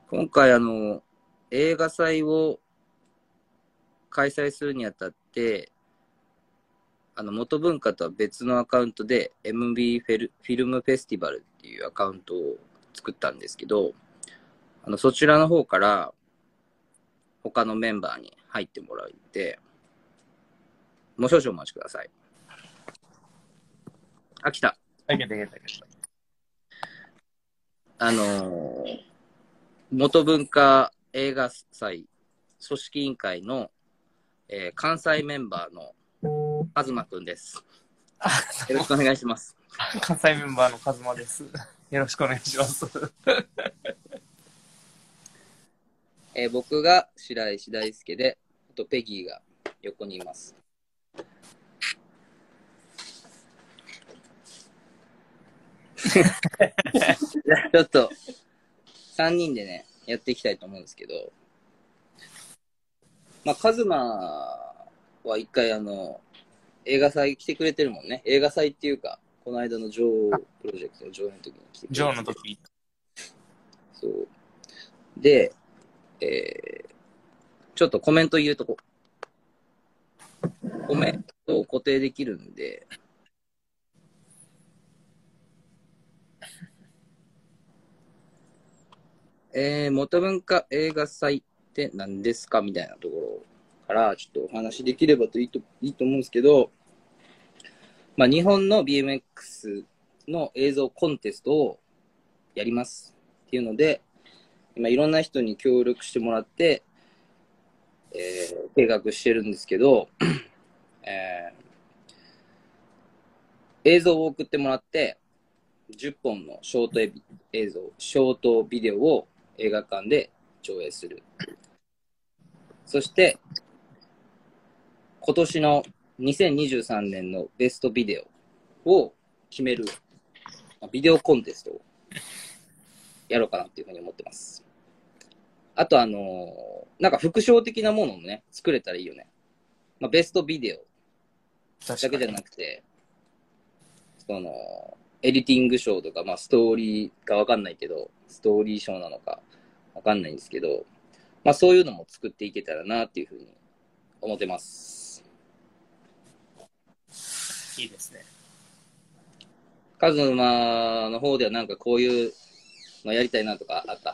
今回映画祭を開催するにあたって、元文化とは別のアカウントで MB フィルムフェスティバルっていうアカウントを作ったんですけど、そちらの方から他のメンバーに入ってもらって、もう少々お待ちください。あ、来た。 あげたあげたあげた。 元文化映画祭組織委員会の、関西メンバーのカズマくんです。よろしくお願いします。 関西メンバーのカズマです。よろしくお願いします。 僕が白石大輔で、あとペギーが横にいます。ちょっと3人でねやっていきたいと思うんですけど、まあカズマは一回映画祭来てくれてるもんね。映画祭っていうかこの間のジョープロジェクトの上映の時に来てくれて。 ジョーの時。 そうで、ちょっとコメント入れとこう。コメントを固定できるんで。元文化映画祭って何ですかみたいなところからちょっとお話できればいいと思うんですけど、まあ、日本の BMX の映像コンテストをやりますっていうので、今いろんな人に協力してもらって、計画してるんですけど、映像を送ってもらって10本のショート映像、ショートビデオを映画館で上映する。そして今年の2023年のベストビデオを決めるビデオコンテストをやろうかなっていうふうに思ってます。あとなんか副賞的なものをね作れたらいいよね。まあ、ベストビデオだけじゃなくて、そのエディティング賞とか、まあ、ストーリーかわかんないけど、ストーリー賞なのかわかんないんですけど、まあそういうのも作っていけたらなっていうふうに思ってます。 いいですね。 カズマの方ではなんかこういうのやりたいなとかあった？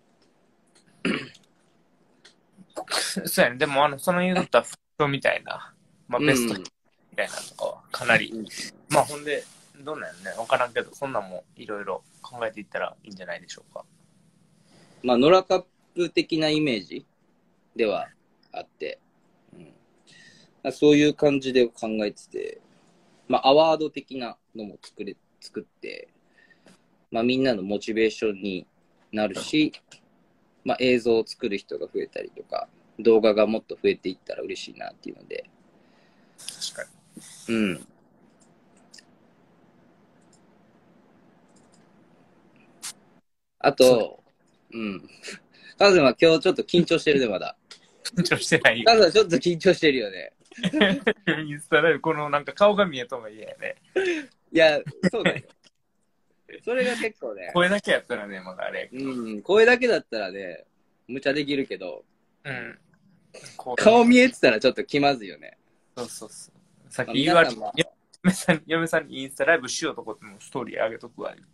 そうやね。でも、その言うとったフみたいな、まあ、ベストみたいなのとかはかなり、まあ、ほんで、どんなんやね。わからんけど、そんなんもいろいろ考えていったらいいんじゃないでしょうか。 まあ、ノラカップ的なイメージではあって、そういう感じで考えてて、まあ、アワード的なのも作って、まあ、みんなのモチベーションになるし、まあ、映像を作る人が増えたりとか、動画がもっと増えていったら嬉しいなっていうので。 確かに。うん。あと、うん。カズマ今日ちょっと緊張してるね、まだ。 緊張してないよ。 カズマちょっと緊張してるよね。 インスタライブ、このなんか顔が見えとも嫌やね。 いや、そうだよ。それが結構ね。 声だけやったらね、まだあれ。 うん、声だけだったらね、無茶できるけど、 うん。 顔見えてたらちょっと気まずいよね。 そうそうそう。さっまあ、 き言われ皆さんも、 嫁さんにインスタライブしようとこってもストーリー上げとくわ。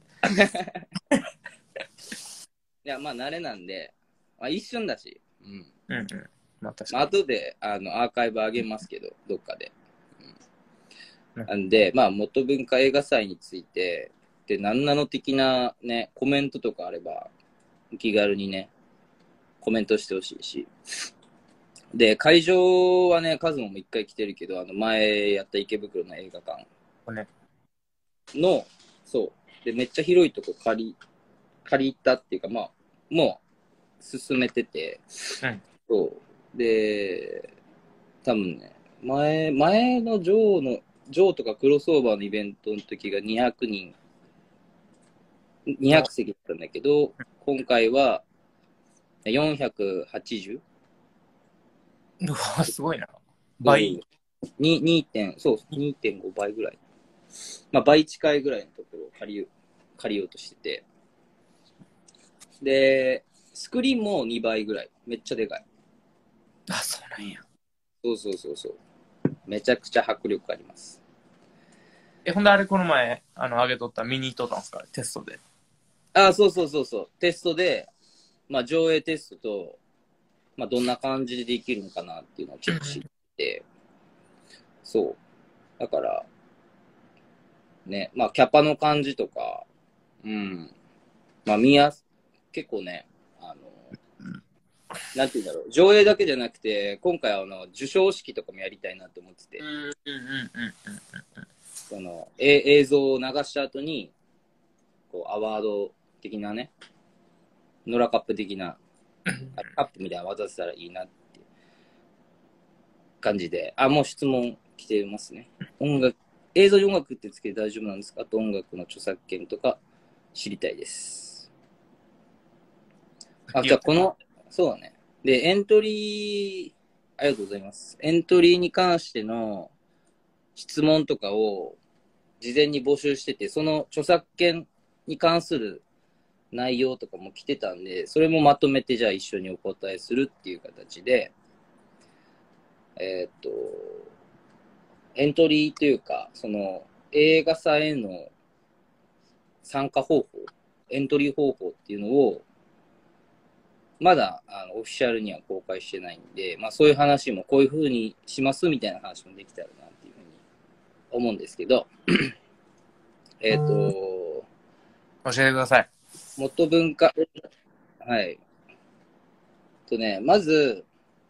いや、まあ慣れなんで、まあ、一瞬だし、 うんうん。まあ確まあかに。 後でアーカイブ上げますけど、どっかで。 うんなんで、まあ元文化映画祭について、で、何なの的なね、コメントとかあれば、気軽にね、コメントしてほしいし。で、会場はね、カズマも一回来てるけど、前やった池袋の映画館ね、 の、そう。で、めっちゃ広いとこ借りたっていうか、まあ、もう進めてて、 うん。 そう。で、多分ね、前のジョーとかクロスオーバーのイベントの時が200席だったんだけど、今回は480？ うわ、すごいな。倍。 そう、2.5倍ぐらい。まあ、倍近いぐらいのところを借りようとしてて。で、 スクリーンも2倍ぐらい。めっちゃでかい。 あ、そうなんや。 そうそうそうそう。めちゃくちゃ迫力あります。 ほんであれこの前、上げとった見に行っとったんすかテストで。 あ、そうそうそうそう。テストで、まあ上映テストと、まあどんな感じでできるのかなっていうのをチェックして、そう。だから、ね、まあキャパの感じとか、うん。まあ結構ね、なんて言うんだろう、上映だけじゃなくて、今回授賞式とかもやりたいなと思ってて、映像を流した後に、こう、アワード的なね、ノラカップ的な、カップみたいなの渡せたらいいなっていう感じで、もう質問来てますね。映像に音楽ってつけて大丈夫なんですかと、音楽の著作権とか知りたいです。じゃあそうだね。で、エントリー、ありがとうございます。エントリーに関しての質問とかを事前に募集してて、その著作権に関する内容とかも来てたんで、それもまとめてじゃあ一緒にお答えするっていう形で、エントリーというか、その映画祭への参加方法、エントリー方法っていうのを、まだオフィシャルには公開してないんで、まあそういう話もこういう風にしますみたいな話もできたらなっていうふうに思うんですけど、 教えてください。 元文化、はい。まず、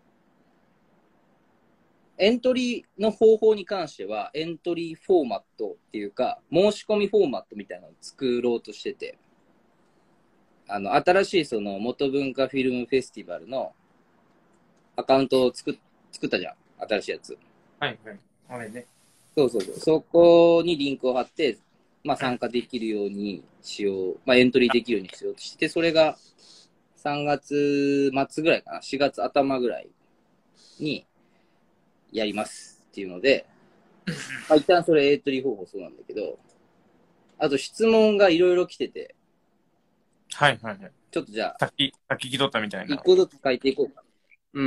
エントリーの方法に関しては、エントリーフォーマットっていうか、申し込みフォーマットみたいなのを作ろうとしてて、新しいその元文化フィルムフェスティバルのアカウントを作ったじゃん。新しいやつ。 はいはい。あれね。 そうそうそう。そこにリンクを貼って、まあ参加できるようにしよう。まあエントリーできるようにしようとして、それが3月末ぐらいかな。4月頭ぐらいにやりますっていうので、まあ一旦それエントリー方法そうなんだけど、あと質問がいろいろ来てて、 はいはいはい。 ちょっとじゃあ、 さっき聞き取ったみたいな。 一個ずつ書いていこうか。うん。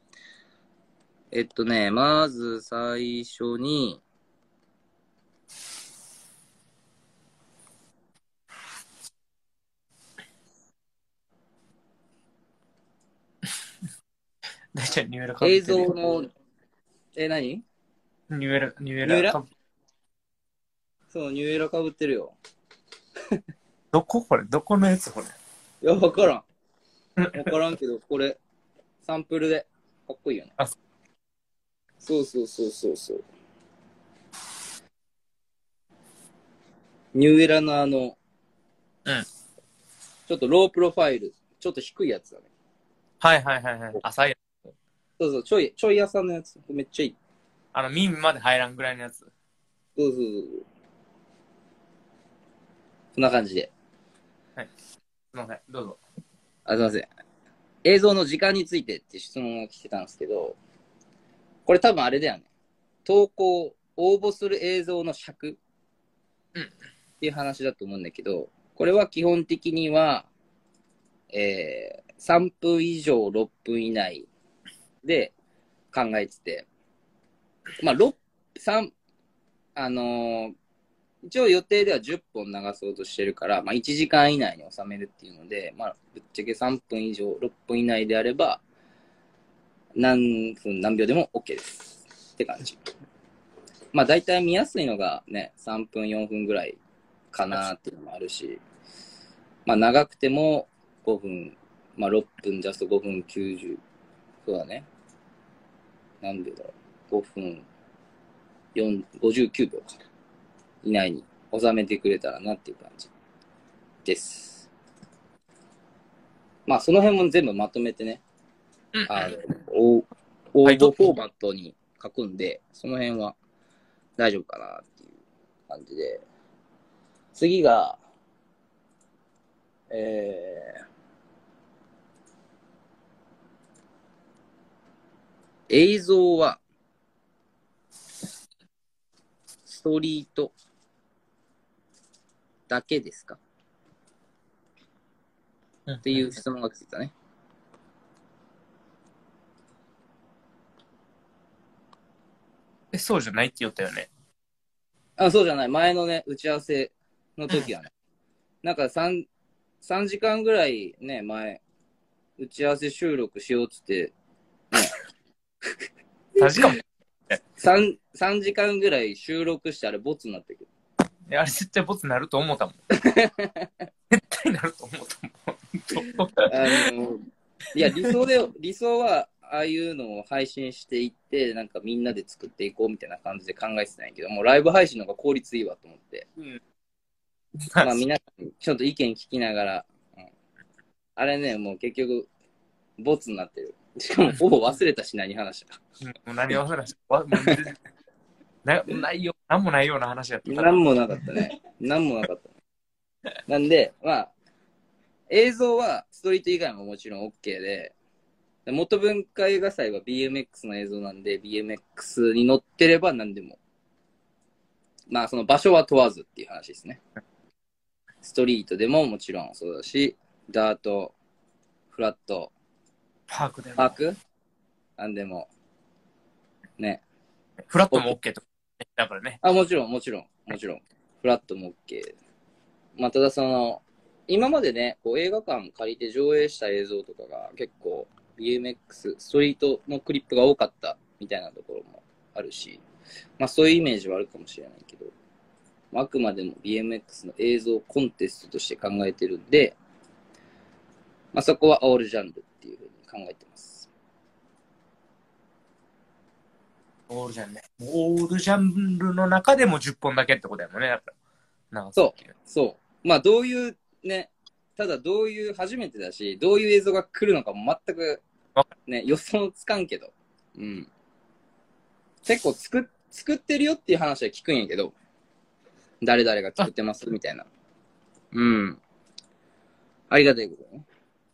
まず最初に、 大体ニューエラかぶっ映てるよ。 像の、何ニューエラ、ニューエニューエララかぶそう、ニューエラ被ってるよ。 どここれどこのやつこれいや、わからん。わからんけど、これ、サンプルで、かっこいいよね。 あそうそうそうそうそう。ニューエラのうん。 ちょっとロープロファイル、ちょっと低いやつだね。 はいはいはいはい。浅いやつ。 そうそう、ちょい屋さんのやつ。めっちゃいい。 耳まで入らんぐらいのやつ。 そうそうそう。こんな感じで。 はい。すいません。どうぞ。 すいません。映像の時間についてって質問が来てたんですけど、これ多分あれだよね。応募する映像の尺っていう話だと思うんだけど、これは基本的には、3分以上6分以内で考えてて、まあ、3、あのー一応予定では10本流そうとしてるから、まあ、1時間以内に収めるっていうので、まあ、ぶっちゃけ3分以上、6分以内であれば、何分何秒でも OK です。って感じ。まあ、大体見やすいのがね、3分4分ぐらいかなっていうのもあるし、まあ、長くても5分、まあ、6分ジャスト5分90、そうだね。何秒だろう。5分59秒か。以内に収めてくれたらなっていう感じです。まあ、その辺も全部まとめてね、応募フォーマットに書くんで、その辺は大丈夫かなっていう感じで。次が、映像は、ストリートだけですか？ っていう質問が来てたね。 そうじゃないって言ったよね。 あ、そうじゃない。前のね、打ち合わせの時はね。なんか3時間ぐらいね、前、打ち合わせ収録しようっつって、ね。 確かも。 3時間ぐらい収録してあれボツになったけど。 いや、あれ絶対ボツなると思ったもん。絶対なると思ったもん。 いや、理想は、ああいうのを配信していって、なんかみんなで作っていこうみたいな感じで考えてたんやけど、もうライブ配信の方が効率いいわと思って。 うん、 まあ皆さん、ちょっと意見聞きながら、あれね、もう結局、ボツになってる。しかも、ほぼ忘れたし、何話したか。 もう何を話したないよ、何もないような話やったから。 何もなかったね。何もなかったね。なんで、まあ、映像はストリート以外ももちろん OK で、元文化映画祭は BMX の映像なんで、BMX に乗ってれば何でも。まあ、その場所は問わずっていう話ですね。ストリートでももちろんそうだし、ダート、フラット、 パークでも。 パークなんでも。ね。 フラットも OK と。だからね。 あ、もちろん。フラットも OK。まあ、ただその、今までね、こう映画館借りて上映した映像とかが結構 BMX、ストリートのクリップが多かったみたいなところもあるし、まあそういうイメージはあるかもしれないけど、あくまでも BMX の映像コンテストとして考えてるんで、まあそこはオールジャンルっていうふうに考えてます。 オールジャンルね。オールジャンルの中でも10本だけってことやもんね。やっぱそう。まあどういうね、ただどういう初めてだし、どういう映像が来るのかも全くね、予想つかんけど。うん。結構作ってるよっていう話は聞くんやけど、誰々が作ってますみたいな。うん。ありがたいことね。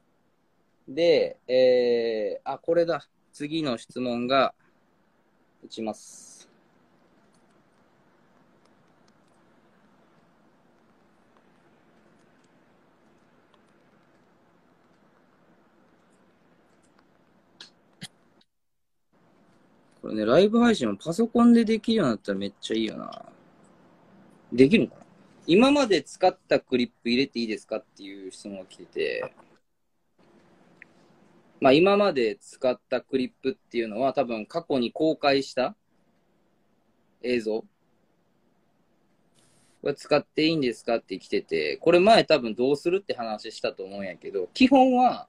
で、これだ。次の質問が、打ちます。これね、ライブ配信もパソコンでできるようになったらめっちゃいいよな。できるのかな？今まで使ったクリップ入れていいですかっていう質問が来てて、まあ今まで使ったクリップっていうのは多分過去に公開した映像は使っていいんですかって来てて、これ前多分どうするって話したと思うんやけど、基本は、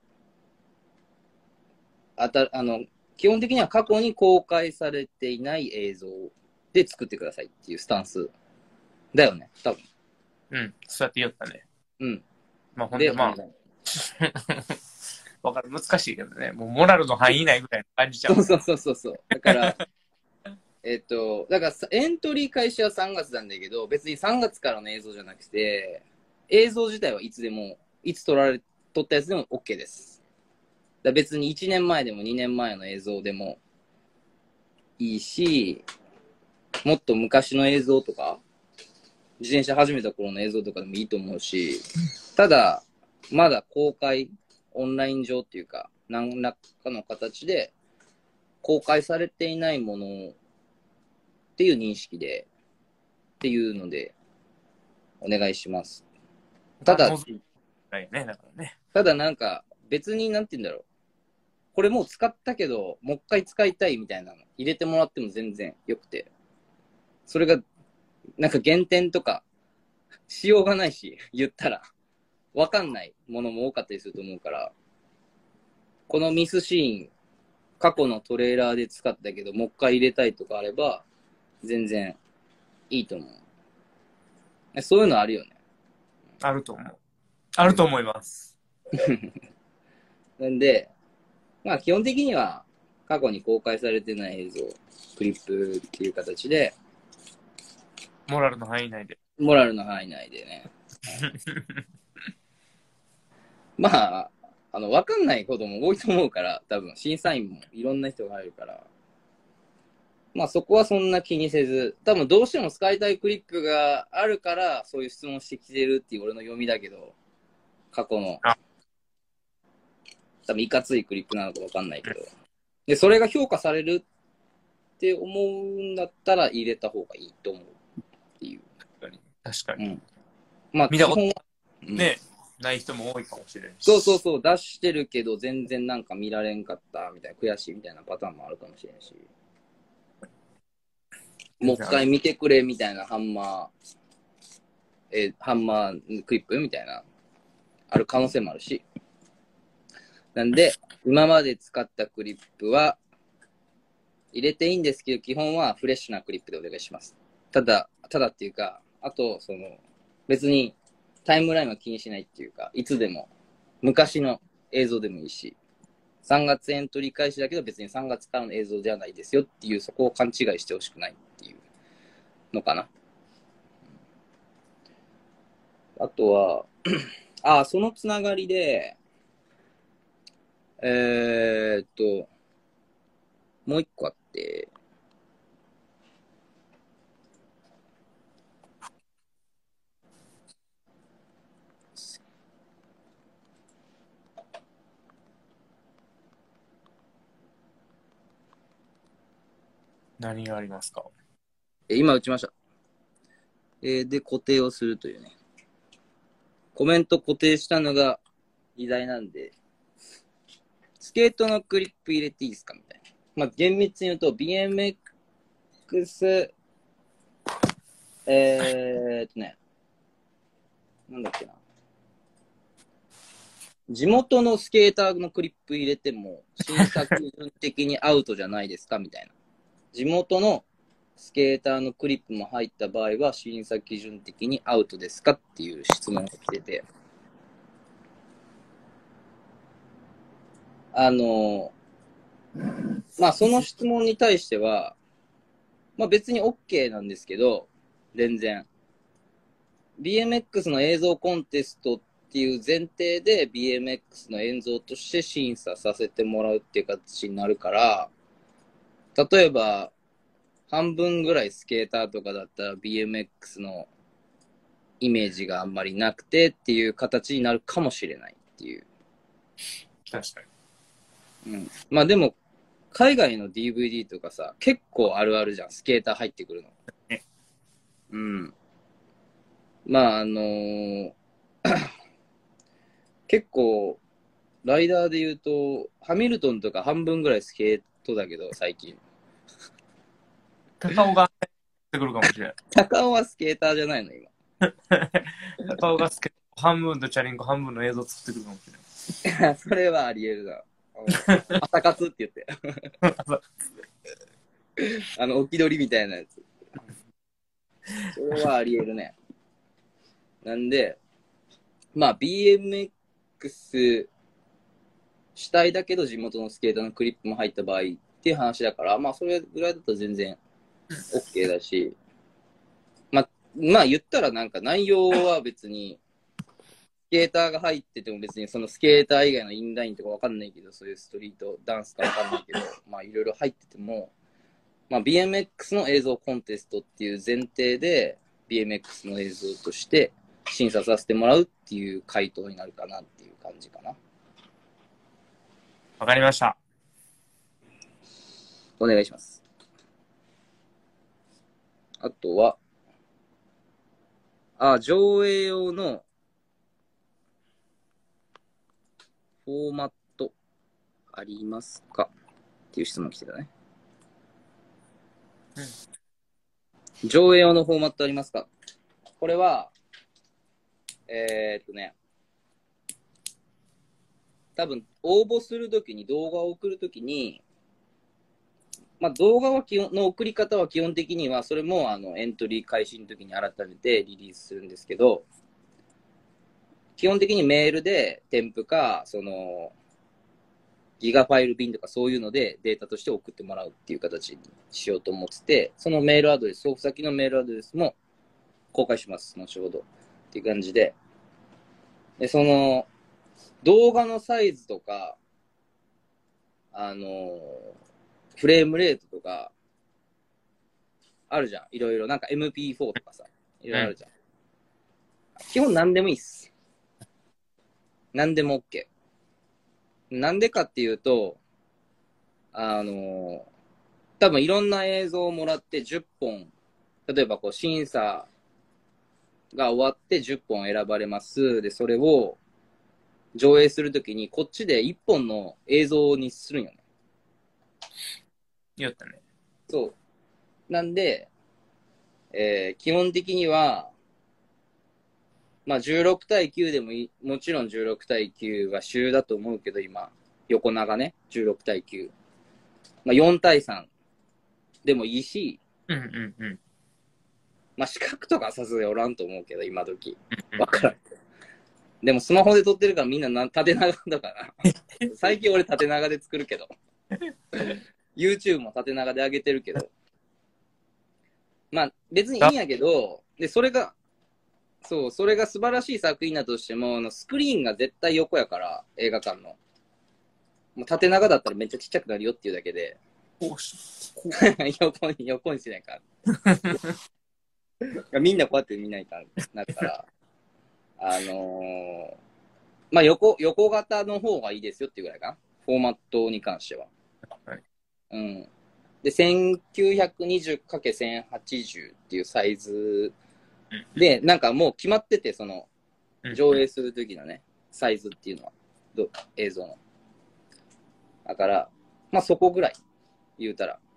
基本的には過去に公開されていない映像で作ってくださいっていうスタンスだよね、多分。 うん、そうやって言ったね。 うん。 まあほんでまあ、わかる、難しいけどね。もうモラルの範囲内ぐらいの感じちゃう。 そう。だから、だからエントリー開始は3月なんだけど、別に3月からの映像じゃなくて、映像自体はいつでも、いつ撮ったやつでも OK です。だ別に1年前でも2年前の映像でもいいし、もっと昔の映像とか、自転車始めた頃の映像とかでもいいと思うし、ただ、まだ公開、オンライン上っていうか、何らかの形で公開されていないものっていう認識で、っていうので、お願いします。ただ、ただなんか、別になんて言うんだろう。これもう使ったけど、もう一回使いたいみたいなの入れてもらっても全然よくて。それが、なんか減点とか、しようがないし、言ったら、わかんないものも多かったりすると思うから、このミスシーン、過去のトレーラーで使ったけど、もう一回入れたいとかあれば、全然いいと思う。そういうのあるよね。 あると思う。あると思います。 なんで、まあ基本的には過去に公開されてない映像、クリップっていう形で、 モラルの範囲内で。 モラルの範囲内でね。まあ、わかんないことも多いと思うから、多分審査員もいろんな人が入るから、まあそこはそんな気にせず、多分どうしても使いたいクリップがあるから、そういう質問してきてるっていう俺の読みだけど、過去の多分いかついクリップなのかわかんないけど。で、それが評価されるって思うんだったら入れた方がいいと思うっていう。 確かに。 まあ、 見たこと基ね、ない人も多いかもしれないし。 そう、出してるけど全然なんか見られんかったみたいな、悔しいみたいなパターンもあるかもしれんし。もう一回見てくれみたいなハンマークリップみたいな、ある可能性もあるし。なんで、今まで使ったクリップは入れていいんですけど、基本はフレッシュなクリップでお願いします。ただっていうか、あと、別にタイムラインは気にしないっていうか、いつでも、昔の映像でもいいし、3月エントリー開始だけど別に3月からの映像ではないですよっていう、そこを勘違いしてほしくないっていうのかな。あとは、そのつながりで、もう一個あって、 何がありますか？ 今打ちました。で、固定をするというね。コメント固定したのが議題なんで、スケートのクリップ入れていいですかみたいな。まあ、厳密に言うと、BMX、なんだっけな。地元のスケーターのクリップ入れても、審査基準的にアウトじゃないですかみたいな。地元のスケーターのクリップも入った場合は、審査基準的にアウトですかっていう質問が来てて、まあ、その質問に対しては、まあ別に OK なんですけど、全然。BMX の映像コンテストっていう前提で BMX の映像として審査させてもらうっていう形になるから、例えば、半分ぐらいスケーターとかだったら BMX のイメージがあんまりなくてっていう形になるかもしれないっていう。 確かに。 うん。まあでも、海外の DVD とかさ、結構あるあるじゃん、スケーター入ってくるの。うん。まあ結構、ライダーで言うと、ハミルトンとか半分ぐらいスケートだけど、最近。 高尾がってくるかもしれない。 高尾はスケーターじゃないの、今。 高尾がスケート半分とチャリンコ半分の映像作ってくるかもしれない。 それはあり得るな。朝活って言って。置き取りみたいなやつ。それはあり得るね。なんで、まあ、BMX 主体だけど地元のスケーターのクリップも入った場合っていう話だから、まあ、それぐらいだと全然 OK だし、まあ言ったらなんか内容は別に、スケーターが入ってても別にそのスケーター以外のインラインとかわかんないけど、そういうストリートダンスかわかんないけど、まあいろいろ入ってても、まあ BMX の映像コンテストっていう前提で BMX の映像として審査させてもらうっていう回答になるかなっていう感じかな。 わかりました。 お願いします。あとは、上映用のフォーマットありますかっていう質問来てたね。上映用のフォーマットありますか？これは、多分応募するときに動画を送るときに、まあ、動画の送り方は基本的にはそれもエントリー開始の時に改めてリリースするんですけど、基本的にメールで添付かギガファイル便とかそういうのでデータとして送ってもらうっていう形にしようと思ってて、そのメールアドレス、送付先のメールアドレスも公開します、後ほどっていう感じで、その動画のサイズとかフレームレートとかあるじゃん。いろいろ。なんか MP4 とかさ。いろいろあるじゃん。基本何でもいいっす。何でも OK。 なんでかっていうと、多分いろんな映像をもらって10本、例えばこう審査が終わって10本選ばれます。で、それを上映するときにこっちで1本の映像にするんよね。 言ったね。 そう。なんで、基本的には、まあ16対9でもいい、もちろん16対9が主だと思うけど、今、横長ね、16対9。まあ4対3でもいいし、 うんうんうん。 まあ四角とかさすがにおらんと思うけど、今時。 うんわからん。でもスマホで撮ってるからみんな縦長だから。最近俺縦長で作るけど。YouTube も縦長で上げてるけど。まあ別にいいんやけど、で、それが素晴らしい作品だとしても、スクリーンが絶対横やから、映画館の。もう縦長だったらめっちゃちっちゃくなるよっていうだけで、横にしないから。みんなこうやって見ないかなるから、まあ横型の方がいいですよっていうぐらいかな。フォーマットに関しては。 はい。 うん。で、1920×1080 っていうサイズで、なんかもう決まってて、上映するときのね、サイズっていうのは、映像の。だから、まあそこぐらい、言うたら。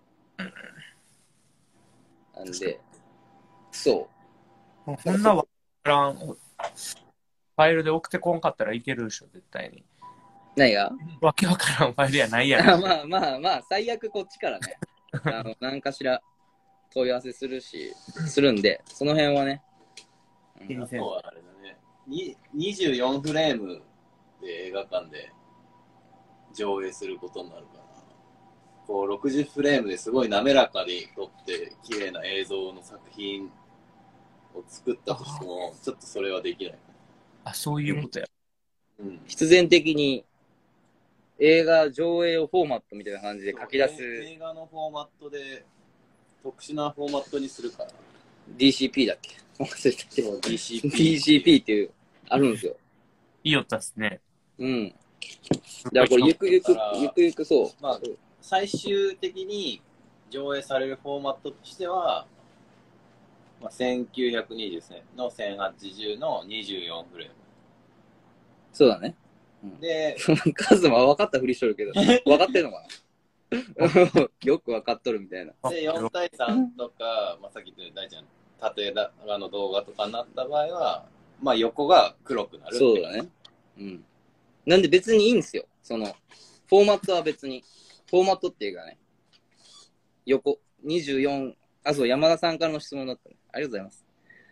なんで、そもうこんなわからん、ファイルで送ってこんかったらいけるでしょ、絶対に。 う。何がわけわからんファイルやないやろ。 まあまあまあ、最悪こっちからね、何かしら問い合わせするんで、その辺はね。 あとはあれだね、24フレームで映画館で上映することになるかな。こう60フレームですごい滑らかに撮って綺麗な映像の作品を作ったとしても、ちょっとそれはできない。 あ、そういうことや。 うん、 必然的に映画上映をフォーマットみたいな感じで書き出す。 映画のフォーマットで特殊なフォーマットにするから。 DCP だっけ忘れたけど。DCP っていう、あるんですよ。 いいよったっすね。 うん。だからこれゆくゆくそう。 まあ、最終的に上映されるフォーマットとしては、まあ、1920の1080の24フレーム。 そうだね。 で、 カズマは分かったふりしとるけど、分かってんのかなよく分かっとるみたいな。 で4対3とか、まあ、さっき言ったように大ちゃん、縦長の動画とかになった場合は、まあ、横が黒くなる。 そうだね。うん。なんで別にいいんですよ。フォーマットは別に。フォーマットっていうかね、横、24、そう、山田さんからの質問だったね。ありがとうございます。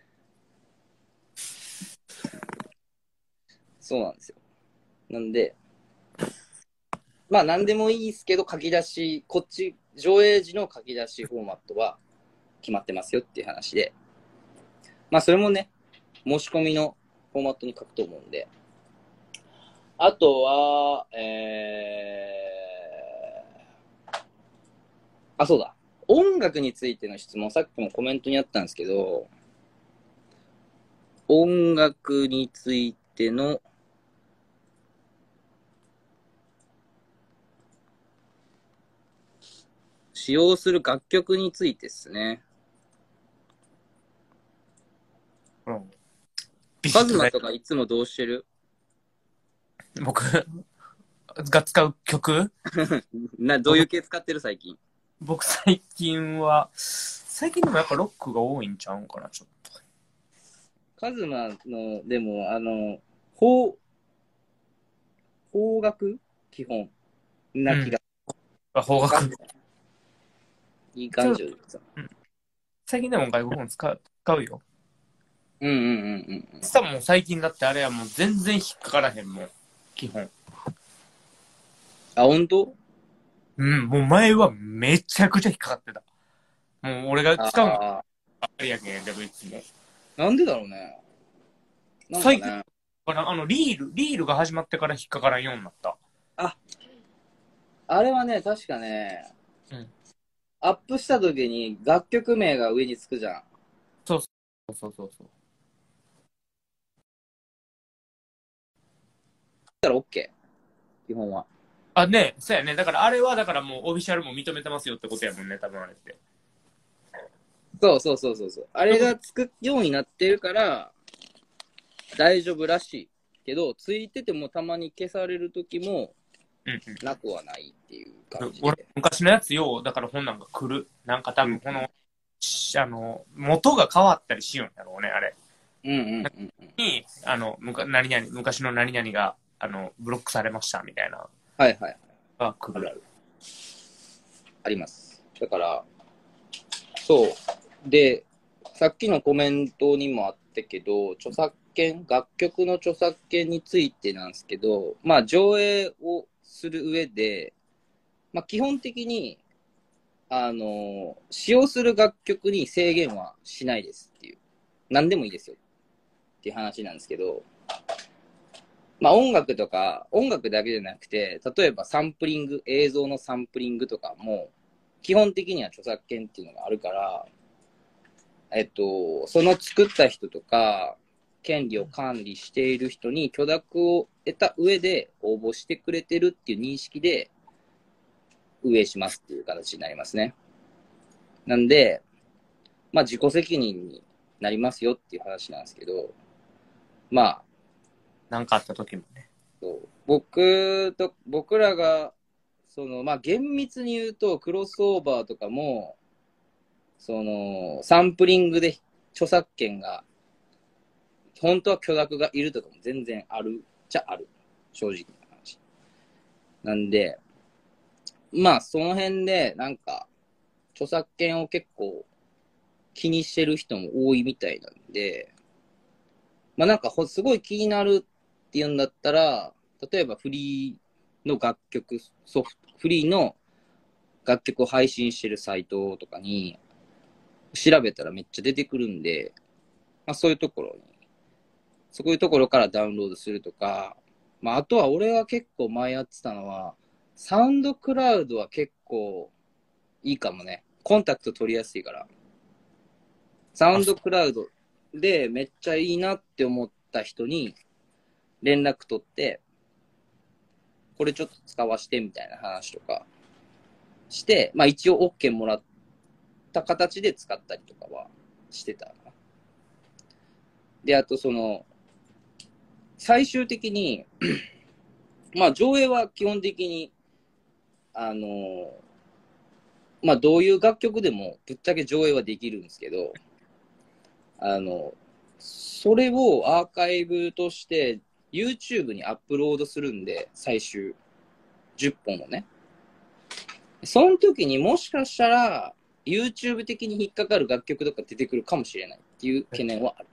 そうなんですよ。なんで、まあ何でもいいですけど、書き出し、こっち、上映時の書き出しフォーマットは決まってますよっていう話で、まあそれもね、申し込みのフォーマットに書くと思うんで、あとは、そうだ。音楽についての質問、さっきもコメントにあったんですけど、音楽についての使用する楽曲についてですね。 うん。 カズマとかいつもどうしてる？ 僕が使う曲どういう系使ってる最近？ 僕最近でもやっぱロックが多いんちゃうんかな、ちょっと。 カズマの、でも、邦楽基本な気が。 邦楽。 いい感じよ。 最近でも外国語使うよ。 うんうんうんうん。 さ、もう最近だってあれはもう全然引っかからへんもん。基本。 本当？ うん、もう前はめちゃくちゃ引っかかってた。もう俺が使うのあれやけんけど、いつも。 なんでだろうね。なんかね、 最近、リールが始まってから引っかからんようになった。 あれはね、確かね、アップした時に楽曲名が上につくじゃん。 そう。 だったら OK。 基本は。 あ、ね、そうやね。だからあれは、だからもうオフィシャルも認めてますよってことやもんね、多分あれって。 そうそうそうそうそう。あれがつくようになってるから、大丈夫らしい。けど、ついててもたまに消される時も、なくはないっていう感じで。 俺、昔のやつよう、だから本なんか来る。なんか多分この、元が変わったりしようんだろうね、あれ。 うんうんうんうん。 に、昔の何々が、ブロックされました、みたいな。 はいはい。 が来る。 あります。だから、そう。で、さっきのコメントにもあったけど、著作権、楽曲の著作権についてなんですけど、まあ、上映をする上で、まあ、基本的に、使用する楽曲に制限はしないですっていう。何でもいいですよっていう話なんですけど、まあ音楽とか、音楽だけじゃなくて、例えばサンプリング、映像のサンプリングとかも、基本的には著作権っていうのがあるから、その作った人とか、権利を管理している人に許諾を得た上で応募してくれてるっていう認識で運営しますっていう形になりますね。なんで、まあ自己責任になりますよっていう話なんですけど、まあ、 なんかあった時もね。 そう僕らが、まあ厳密に言うとクロスオーバーとかも、サンプリングで著作権が本当は許諾がいるとかも全然あるっちゃある。正直な話。なんで、まあその辺でなんか著作権を結構気にしてる人も多いみたいなんで、まあなんかすごい気になるっていうんだったら、例えばフリーの楽曲、フリーの楽曲を配信してるサイトとかに調べたらめっちゃ出てくるんで、まあそういうところにそういうところからダウンロードするとか、まあ、あとは俺は結構前やってたのは、サウンドクラウドは結構いいかもね。コンタクト取りやすいから。サウンドクラウドでめっちゃいいなって思った人に連絡取って、これちょっと使わしてみたいな話とかして、まあ一応 OK もらった形で使ったりとかはしてたな。で、あと最終的にまあ上映は基本的にまあどういう楽曲でもぶっちゃけ上映はできるんですけど、それをアーカイブとして YouTube にアップロードするんで、最終10本をね。その時にもしかしたら YouTube 的に引っかかる楽曲とか出てくるかもしれないっていう懸念はある。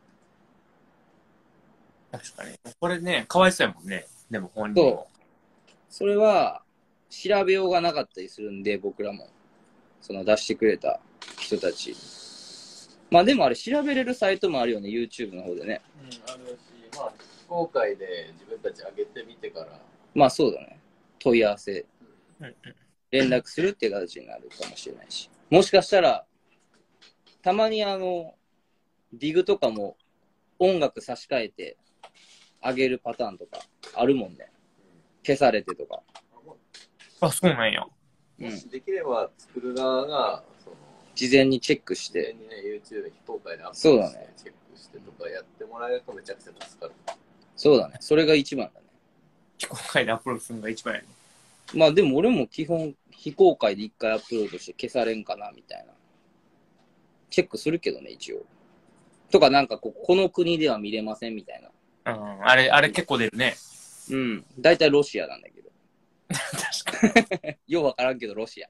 確かに。これね、かわいそうやもんね。でも本人も。 それは調べようがなかったりするんで、僕らも。出してくれた人たち。まあでもあれ調べれるサイトもあるよね、YouTube の方でね。 あるし、まあ、非公開で自分たち上げてみてから。 まあそうだね。問い合わせ、連絡するっていう形になるかもしれないし。もしかしたら、たまにディグとかも音楽差し替えて上げるパターンとかあるもんね。消されてとか。 あ、そうなんや。 もしできれば作る側が、 事前にチェックして。 事前にね、YouTube 非公開でアップそうだね。 チェックしてとかやってもらえるとめちゃくちゃ助かる。 そうだね。それが一番だね。 非公開でアップロードするのが一番やね。 まあでも俺も基本非公開で一回アップロードして消されんかなみたいな。チェックするけどね、一応。とかなんかこの国では見れませんみたいな。 うん、あれ結構出るね。 うん。大体ロシアなんだけど。 確かに。 ようわからんけどロシア。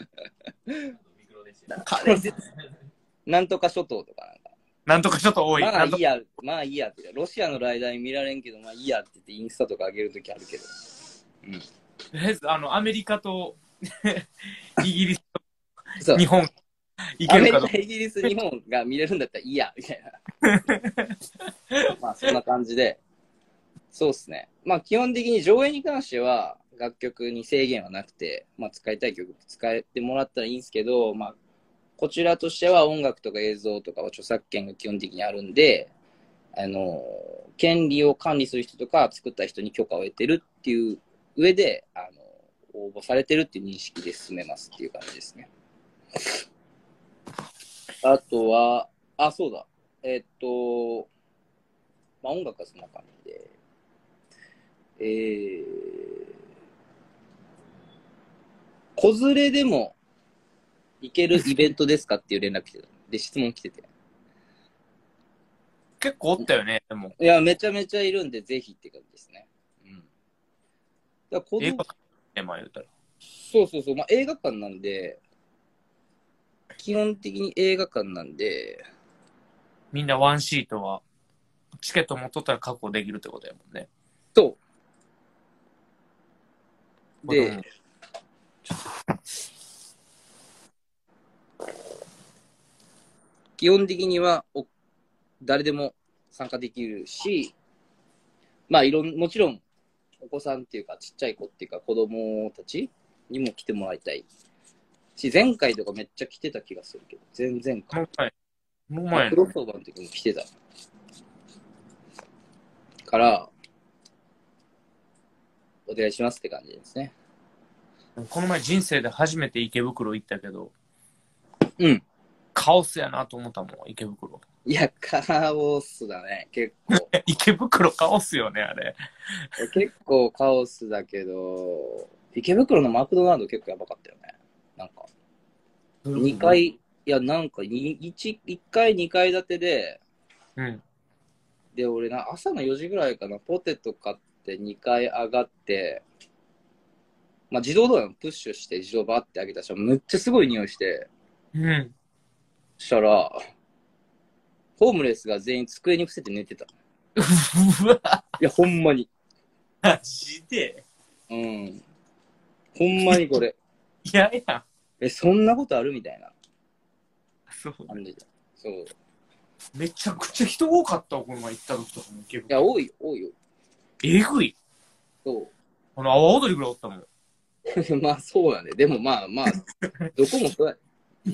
金でなんとか諸島とかなんか。 なんとかちょっと多い。 まあいいや、まあいいやって。ロシアのライダーに見られんけど、まあいいやって言ってインスタとか上げるときあるけど。うん。 とりあえず、アメリカとイギリスそうと日本、いアメリカ、 けるかどうか。 イギリス、日本が見れるんだったらいいや、みたいな。まあそんな感じで。そうですね。まあ基本的に上映に関しては楽曲に制限はなくて、まあ使いたい曲使えてもらったらいいんですけど、まあこちらとしては音楽とか映像とかは著作権が基本的にあるんで、権利を管理する人とか作った人に許可を得てるっていう上で、応募されてるっていう認識で進めますっていう感じですね。あとは、そうだ。まあ、音楽はそんな感じで。子連れでも行けるイベントですかっていう連絡来てた。で、質問来てて。 結構おったよね、でも。 いや、めちゃめちゃいるんで、ぜひって感じですね。うん。だから映画館でも言うたら。 そうそうそう。まあ、映画館なんで、基本的に映画館なんで、 みんなワンシートは、チケット持っとったら確保できるってことやもんね。 そう。 子供で、基本的には誰でも参加できるし、まあもちろんお子さんっていうかちっちゃい子っていうか子供たちにも来てもらいたいし、前回とかめっちゃ来てた気がするけど、前々回。 もう前クロスオーバーの時も来てた。から、お願いしますって感じですね。 この前人生で初めて池袋行ったけど、 うん。 カオスやなと思ったもん、池袋。 いや、カオスだね、結構。 池袋カオスよね、あれ。 結構カオスだけど、池袋のマクドナルド結構やばかったよね。なんか、2階、いや、なんか1階、2階建てで、 うん。 で、俺朝の4時ぐらいかな、ポテト買って2階上がって、まあ、自動ドアをプッシュして自動バーって開けたら、めっちゃすごい匂いして、 うん。 そしたら、ホームレスが全員机に伏せて寝てた。 うわ、 いや、ほんまに。 マジで。 うん。ほんまにこれ。 いやいや。 そんなことあるみたいなそう。 感じで。そう。いめちゃくちゃ人多かったわ、この前行った時とかも池袋。 や、多いよ、多いよ。 えぐい。 そ阿波踊りぐらいおったもん。 う。まあ、そうやね。でもまあまあ、どこもそうや。うん、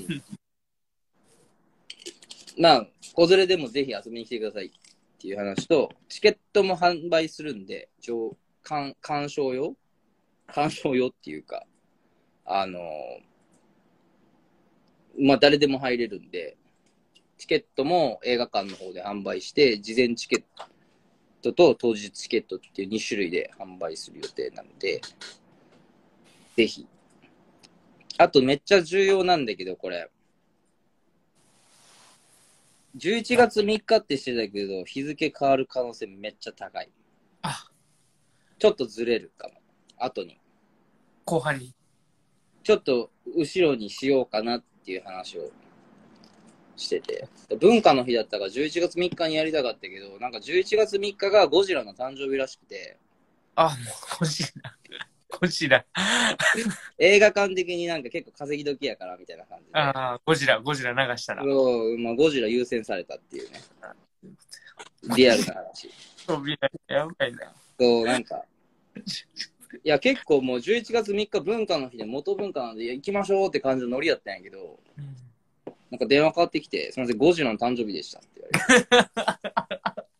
まあ、子連れでもぜひ遊びに来てくださいっていう話と、チケットも販売するんで、鑑賞用っていうか、まあ、誰でも入れるんで、チケットも映画館の方で販売して、事前チケットと当日チケットっていう2種類で販売する予定なので、ぜひ。あとめっちゃ重要なんだけど、これ。11月3日ってしてたけど、日付変わる可能性めっちゃ高い。ちょっとずれるかも。後に。 後半に。 ちょっと後ろにしようかなっていう話をしてて。文化の日だったから11月3日にやりたかったけど、なんか11月3日がゴジラの誕生日らしくて。 もうゴジラ。 映画館的になんか結構稼ぎ時やからみたいな感じで。 ゴジラ流したら。 まあ、ゴジラ優先されたっていうね。リアルな話。 やばいな。 そう、なんか。いや、結構もう11月3日文化の日で元文化なんで行きましょうって感じのノリやったんやけど、なんか電話かかってきて、すみません、ゴジラの誕生日でしたって言われて。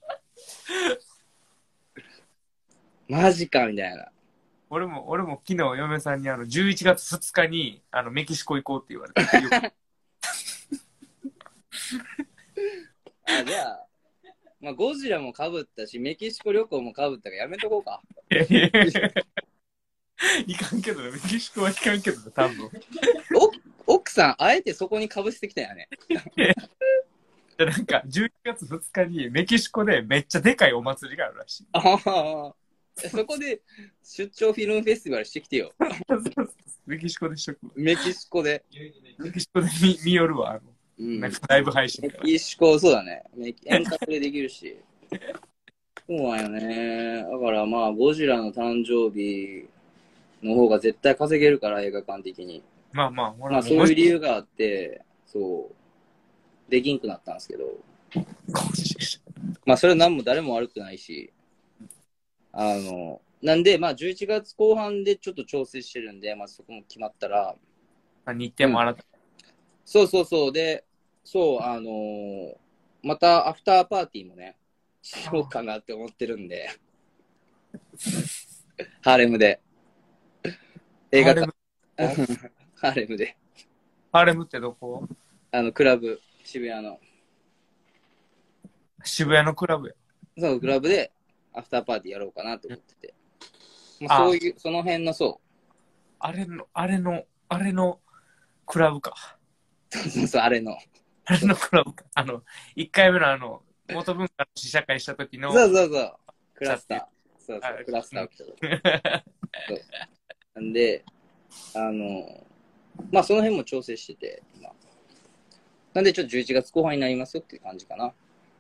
マジかみたいな。 俺も昨日嫁さんに11月2日にメキシコ行こうって言われて。 じゃあ、まあ、ゴジラもかぶったし、メキシコ旅行もかぶったからやめとこうか。 いかんけどね、メキシコはいかんけどね、多分。 奥さん、あえてそこにかぶせてきたよね。 なんか、11月2日にメキシコでめっちゃでかいお祭りがあるらしい。 そこで出張フィルムフェスティバルしてきてよ。 メキシコでしとく。 メキシコで見よるわ、なんかライブ配信メキシコ、そうだね。遠隔でできるし。そうなんよね。だからまあ、ゴジラの誕生日の方が絶対稼げるから、映画館的に。 まあ、 そういう理由があって、そう、できんくなったんですけど。まあ、それは何も誰も悪くないし。なんで、まあ、11月後半でちょっと調整してるんで、まあ、そこも決まったら。 日程も新た、 そう。で、そう、またアフターパーティーもね、しようかなって思ってるんで。 ハーレムで。映画館。 ハーレムハーレムで。 ハーレムってどこ？ クラブ、渋谷の。 渋谷のクラブや。 そう、クラブでアフターパーティーやろうかなと思ってて。もうそういう、その辺のそう。 あれのクラブか。 そうそう、あれの。 あれのクラブか。1回目の元文化の試写会した時の。 そうそうそう。クラスター。そうそう、クラスター起きた。そうなんで、まあその辺も調整してて、今。なんでちょっと11月後半になりますよっていう感じかな。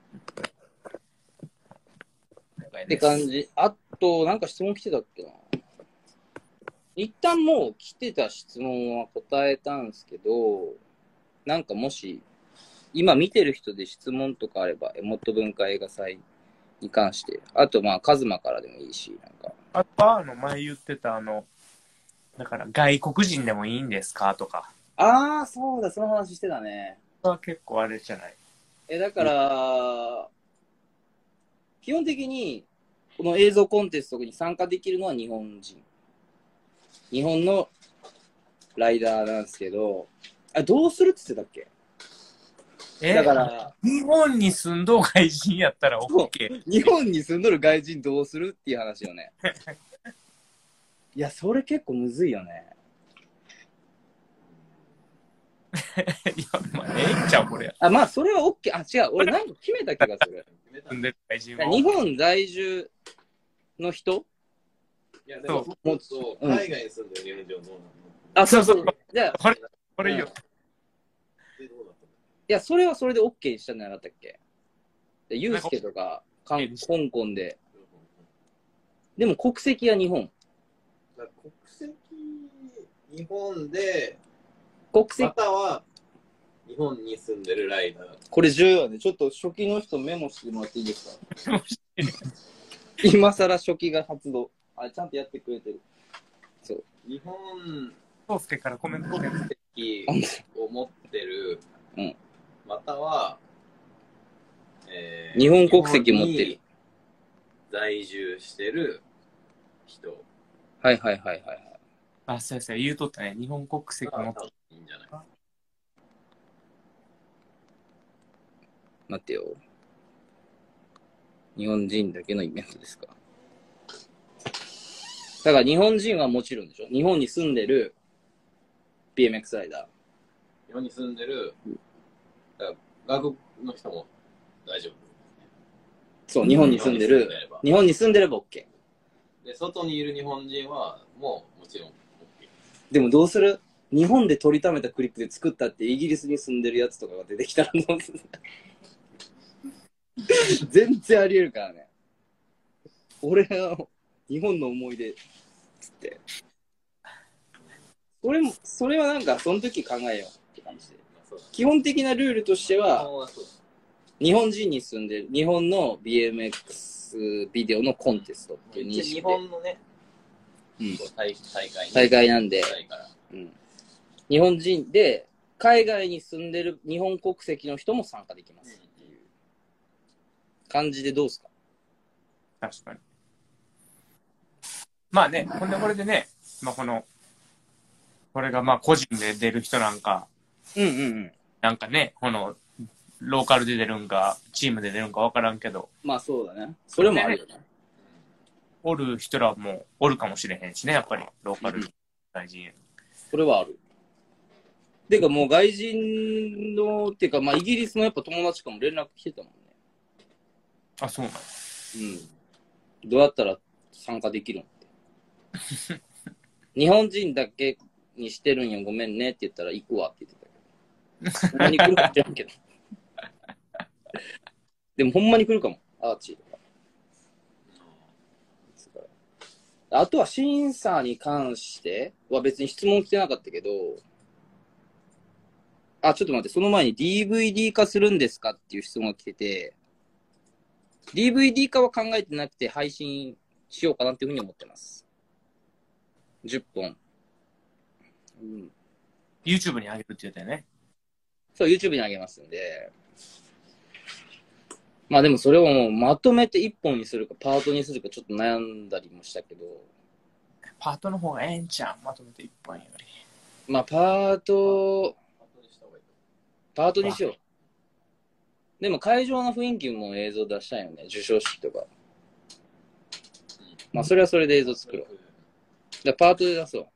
って感じ。あと、なんか質問来てたっけな。一旦もう来てた質問は答えたんですけど、なんかもし、今見てる人で質問とかあれば、エモット文化映画祭に関して、あとまあ、カズマからでもいいし、なんか。 あと前言ってただから外国人でもいいんですかとか。 ああ、そうだ、その話してたね。 は結構あれじゃない。 だから、基本的に、この映像コンテストに参加できるのは日本人。日本のライダーなんですけど、どうするって言ってたっけ？だから、 日本に住んどう外人やったら OK。 日本に住んどる外人どうするっていう話よね。いや、それ結構むずいよね。 いや、まあ、ええんちゃうこれ。 まあ、それは OK。違う。俺なんか決めた気がする。 住んでる外人は。 日本在住の人？ いや、でも、もっと海外に住んでる日本人はどうなの？ そうそう。 じゃあ、 これいいよ。 いや、それはそれで OK にしたんじゃなかったっけ？ユースケとか、香港で。でも国籍は日本。 国籍、日本で、 国籍または日本に住んでるライダー。 これ重要ね。ちょっと初期の人メモしてもらっていいですか？今更初期が発動。ちゃんとやってくれてる。そう。 日本そうすけからコメント国籍を持ってる、 うん、 または、 日本国籍持ってる。 在住してる人。 はいはいはいはい。 そうや言うとったね。日本国籍持ってる。 いいんじゃない？ 待ってよ。日本人だけのイベントですか？だから日本人はもちろんでしょ。日本に住んでる BMX ライダー。 日本に住んでる、外国の人も大丈夫。 そう、日本に住んでる。日本に住んでれば OK。 で、外にいる日本人はもちろん OK。 でもどうする？日本で取りためたクリップで作ったってイギリスに住んでるやつとかが出てきたらどうする？全然あり得るからね。俺の日本の思い出つって。それはなんかその時考えようって感じで。基本的なルールとしては、日本人に住んでる日本の BMX ビデオのコンテストっていう認識で。 日本のね、 大会なんで、日本人で海外に住んでる日本国籍の人も参加できますっていう感じでどうですか？ 確かに。まあね、ほんでこれでね、まあこれがまあ個人で出る人なんか、なんかね、ローカルで出るんか、チームで出るんか分からんけど。 まあそうだね。それもあるよね。 おる人らもおるかもしれへんしね、やっぱり、ローカル外人。 それはある。てかもう外人の、っていうかまあイギリスのやっぱ友達からも連絡来てたもんね。 そうなの？ どうやったら参加できるんって。日本人だけにしてるんよ、ごめんねって言ったら行くわって言ってたけど。ほんまに来るか知らんけど。でもほんまに来るかも、アーチーとか。あとは審査に関しては別に質問来てなかったけど、ちょっと待って、その前に DVD 化するんですかっていう質問が来てて、DVD 化は考えてなくて配信しようかなっていうふうに思ってます。10本。 YouTube に上げるって言ったよね。 そう、YouTube に上げますんで。まあでもそれをもうまとめて1本にするかパートにするかちょっと悩んだりもしたけど、 パートの方がええんちゃん、まとめて1本より。 まあ、パートにしよう。でも会場の雰囲気も映像出したいよね。授賞式とか。まあ、それはそれで映像作ろう。でパートで出そう。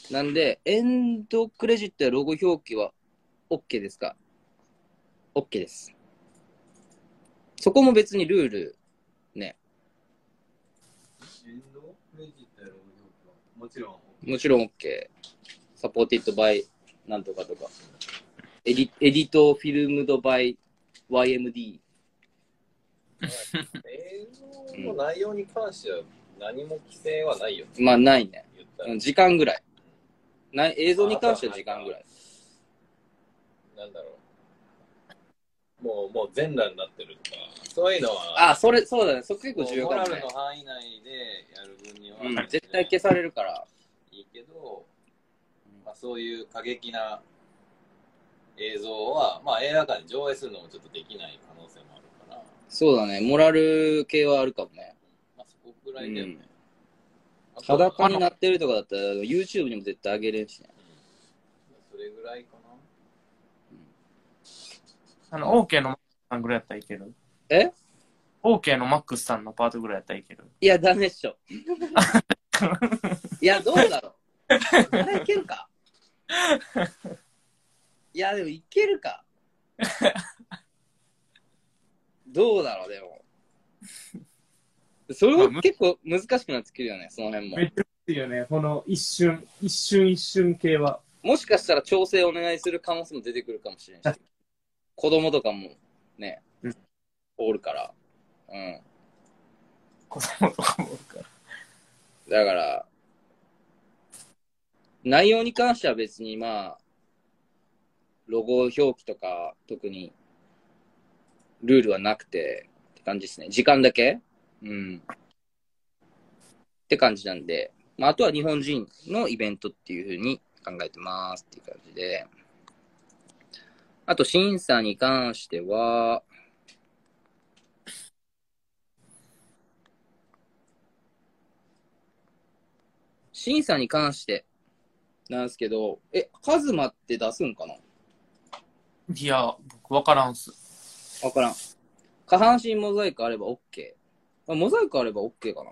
なんで、エンドクレジットやロゴ表記は OK ですか？ OK です。そこも別にルール、ね。 エンドクレジットやロゴ表記はもちろん。 もちろん OK。サポーティッドバイなんとかとか。エディトフィルムドバイ YMD。 映像の内容に関しては何も規制はないよね。 まあ、ないね。 言ったら時間ぐらい。映像に関しては時間ぐらい。 なんだろう。もう全裸になってるとか、そういうのは。 そうだね。そこ結構重要かもね。 モラルの範囲内でやる分には、 絶対消されるから。 いいけど、まあ、そういう過激な映像は、まあ、映画館で上映するのもちょっとできない可能性もあるから。 そうだね。モラル系はあるかもね。 まあ、そこぐらいだよね。 裸になってるとかだったら YouTube にも絶対上げれるしね。 それぐらいかな。 OK のマックスさんぐらいやったらいける？ え？ OK のマックスさんのパートぐらいやったらいける？ いや、ダメっしょ。いや、どうだろう。あれいけるか？いや、でもいけるか。どうだろう、でも。それも結構難しくなってくるよね、その辺も。 めっちゃいいよね、この一瞬系は。 もしかしたら調整お願いする可能性も出てくるかもしれないし。子供とかもね、おるから。うん。 子供とかもおるから。 だから、内容に関しては別にまあ、ロゴ表記とか特にルールはなくてって感じですね。時間だけって感じなんで、まあ、あとは日本人のイベントっていう風に考えてますっていう感じで、あと審査に関しては、審査に関してなんですけど、カズマって出すんかな？ いや、僕わからんす。 わからん。下半身モザイクあれば OK。モザイクあれば OK かな？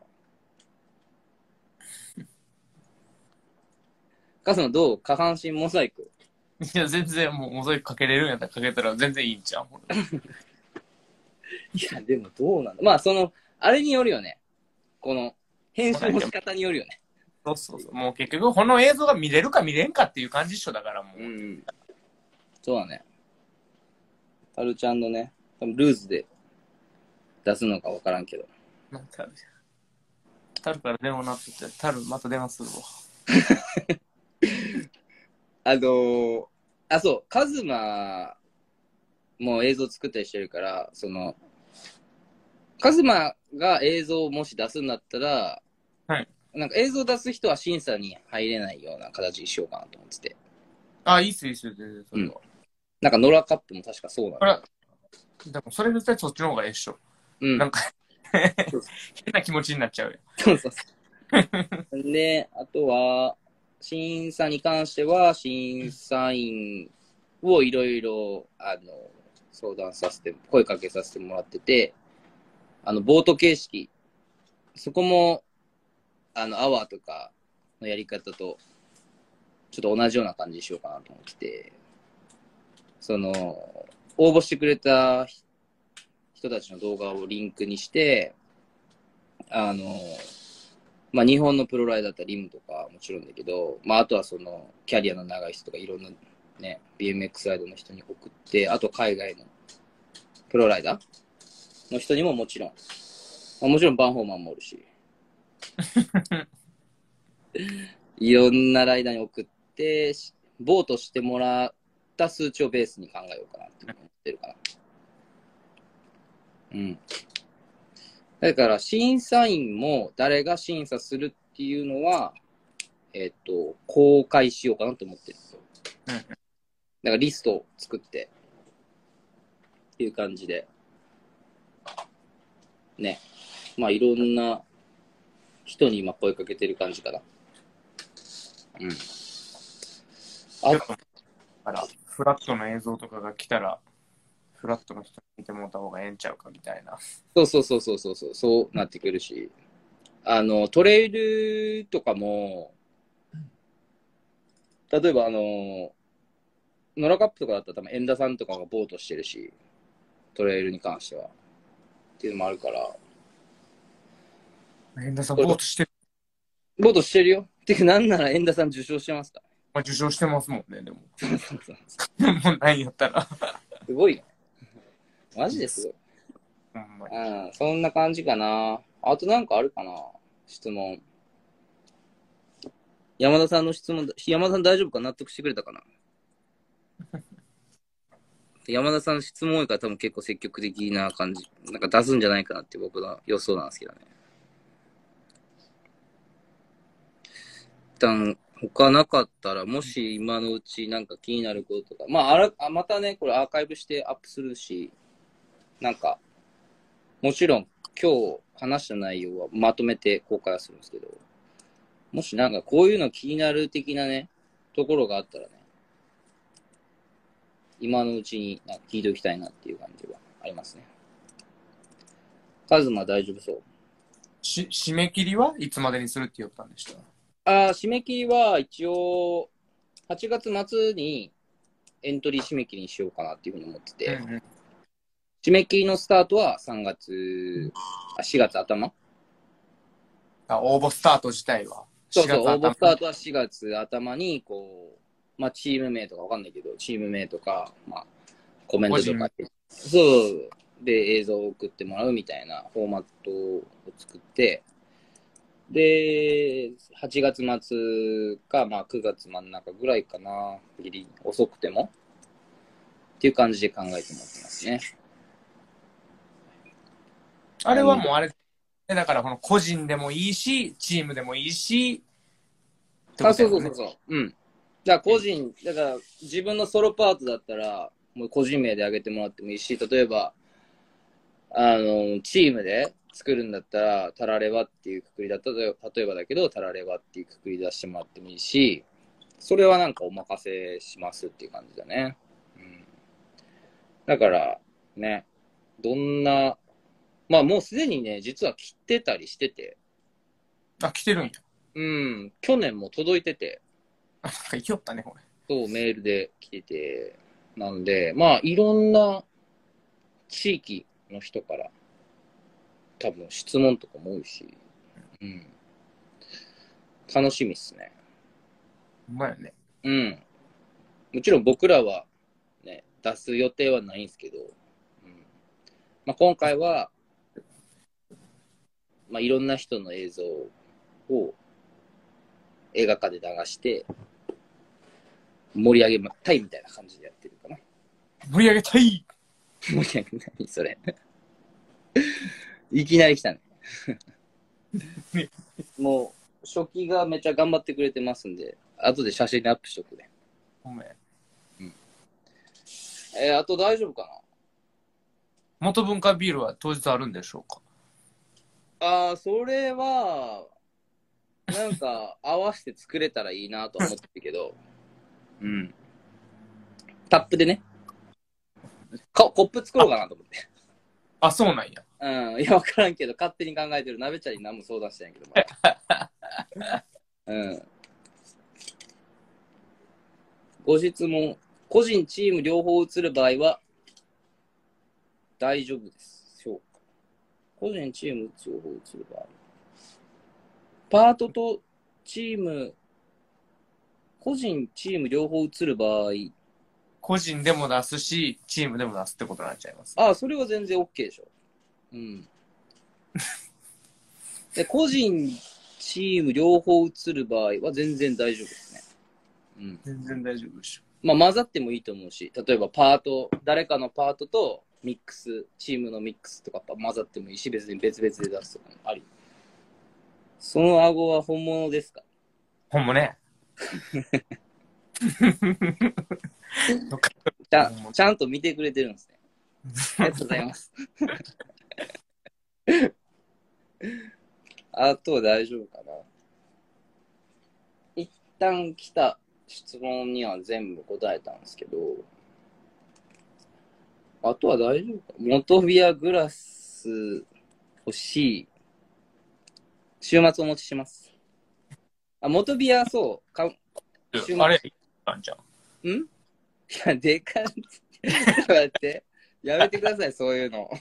カズマどう？下半身モザイク。 いや、全然もうモザイクかけれるんやったらかけたら全然いいんちゃう？ いや、でもどうなんだ。まあ、あれによるよね。この、編集の仕方によるよね。 そうそうそう。もう結局、この映像が見れるか見れんかっていう感じっしょだからもう。 そうだね。タルちゃんのね、多分ルーズで出すのか分からんけど。 タルから電話なってて、タルまた電話するわ。 そう、カズマも映像作ったりしてるから、カズマが映像をもし出すんだったら、 はい。 なんか映像出す人は審査に入れないような形にしようかなと思ってて。 いいっすよ、いいっすよ、全然それは。 なんかノラカップも確かそうなんだ。 でもそれ絶対そっちの方がええっしょ。なんか変な気持ちになっちゃうよ。 そうそうそう。で、あとは、審査に関しては、審査員をいろいろ、相談させて、声かけさせてもらってて、ボート形式、そこも、アワーとかのやり方と、ちょっと同じような感じにしようかなと思ってて、応募してくれた人たちの動画をリンクにして、まあ、日本のプロライダーだったらリムとかもちろんだけど、まあ、あとはキャリアの長い人とかいろんなね、BMX ライドの人に送って、あと海外のプロライダーの人にももちろん、まあ、もちろんバンホーマンもおるし、いろんなライダーに送って、ボートしてもらった数値をベースに考えようかなって思ってるかな。だから審査員も誰が審査するっていうのは、公開しようかなと思ってる。だからリストを作ってっていう感じでね、 まあいろんな人に今声かけてる感じかな。うん。 だからフラットの映像とかが来たら、フラットの人に見てもらった方がええんちゃうかみたいな。 そうなってくるし。トレイルとかも、例えばノラカップとかだったら多分円田さんとかがボートしてるし、トレイルに関しては。っていうのもあるから。 円田さん、ボートしてる。 ボートしてるよ。てか、なんなら円田さん受賞してますかまあ、受賞してますもんね、でも。 そうそうそう。 もうないんやったら。 すごいね。マジですごい。 ほんまに。 うん、そんな感じかな。あとなんかあるかな質問。山田さんの質問、山田さん大丈夫か納得してくれたかな山田さん質問多いから多分結構積極的な感じ、なんか出すんじゃないかなって僕の予想なんですけどね。一旦他なかったら、もし今のうちなんか気になることとか、まあ、またね、これアーカイブしてアップするし、なんか、もちろん今日話した内容はまとめて公開はするんですけど、もしなんかこういうの気になる的なね、ところがあったらね、今のうちになんか聞いておきたいなっていう感じはありますね。カズマ大丈夫そう締め切りはいつまでにするって言ったんでした？ 締め切りは一応、8月末にエントリー締め切りにしようかなっていうふうに思ってて、 うんうん、 締め切りのスタートは4月頭応募スタート自体は。 そうそう、応 4月頭募スタートは4月頭に、こう、まあ、チーム名とかわかんないけど、チーム名とか、まあ、コメントとか、そう、で、映像を送ってもらうみたいなフォーマットを作って、で、8月末か、まあ、9月真ん中ぐらいかな、ギリ遅くても、っていう感じで考えてもらってますね。 あれはもうあれ、だからこの個人でもいいし、チームでもいいし、 そうそうそうそう。うん。だからだから自分のソロパートだったら、もう個人名で挙げてもらってもいいし、例えば、チームで作るんだったら、タラレバっていうくくりだったら、例えばだけど、タラレバっていうくくり出してもらってもいいし、それはなんかお任せしますっていう感じだね。うん。だから、ね、どんな、まあもうすでにね、実は切ってたりしてて。 あ、来てるんや。 うん、去年も届いてて。 なんか言いよったね、これ。 そう、メールで来てて。なんで、まあいろんな地域の人から多分質問とかも多いし、うん。楽しみっすね。 うまいよね。 うん。もちろん僕らはね、出す予定はないんですけど、うん。まあ今回は、まあいろんな人の映像を映画館で流して盛り上げたいみたいな感じでやってるかな。 盛り上げたい。 盛り上げ何それ。いきなり来たね。もう初期がめっちゃ頑張ってくれてますんで、後で写真にアップしとくね。 ごめん。 あと大丈夫か元文化ビールは当日あるんでしょうか？ なそれは、なんか合わせて作れたらいいなと思ってるけど、うん。タップでね、コップ作ろうかなと思って。 あ、そうなんや。 うん。いや、わからんけど、勝手に考えてる。鍋ちゃんに何も相談してないけど、まだ。うん。ご質問、個人、チーム両方移る場合は大丈夫でしょうか？個人、チーム両方移る場合。パートとチーム、個人、チーム両方移る場合。 個人でも出すし、チームでも出すってことになっちゃいます。 それは全然 OK でしょ。うん。で、個人、チーム両方移る場合は全然大丈夫ですね。うん。 全然大丈夫でしょ。 まあ混ざってもいいと思うし、例えば誰かのパートとミックス、チームのミックスとか混ざってもいいし、別に別々で出すとかもあり。その顎は本物ですか？ ほんまね。 ちゃんと見てくれてるんですね。ありがとうございます。 あとは大丈夫かな。一旦来た質問には全部答えたんですけど、あとは大丈夫か。元ビアグラス欲しい。週末お持ちします。あ、元ビア、そう。週末あれ、あんじゃん。 いや、でかい。ちょっと待って。やめてください、そういうの。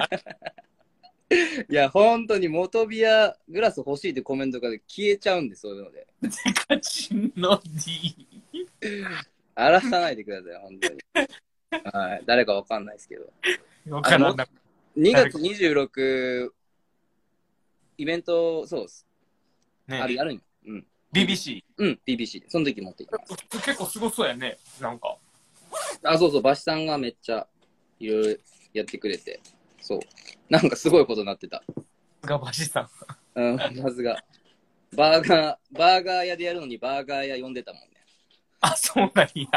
いや、本当に元ビアグラス欲しいってコメントが消えちゃうんで、そういうので。 デカチンの D。 荒らさないでください、本当に。はい。誰かわかんないですけど。 わからな 2月26、イベント、そうです。 ね。 あるんうん。 BBC。 うん、BBC で。その時持ってきます。 結構すごそうやね。なんか。 あ、そうそう、バシさんがめっちゃいろいろやってくれて。そう。なんかすごいことになってた。 がバシさん。 うん、まずが。バーガー屋でやるのにバーガー屋呼んでたもんね。 あ、そうなんや。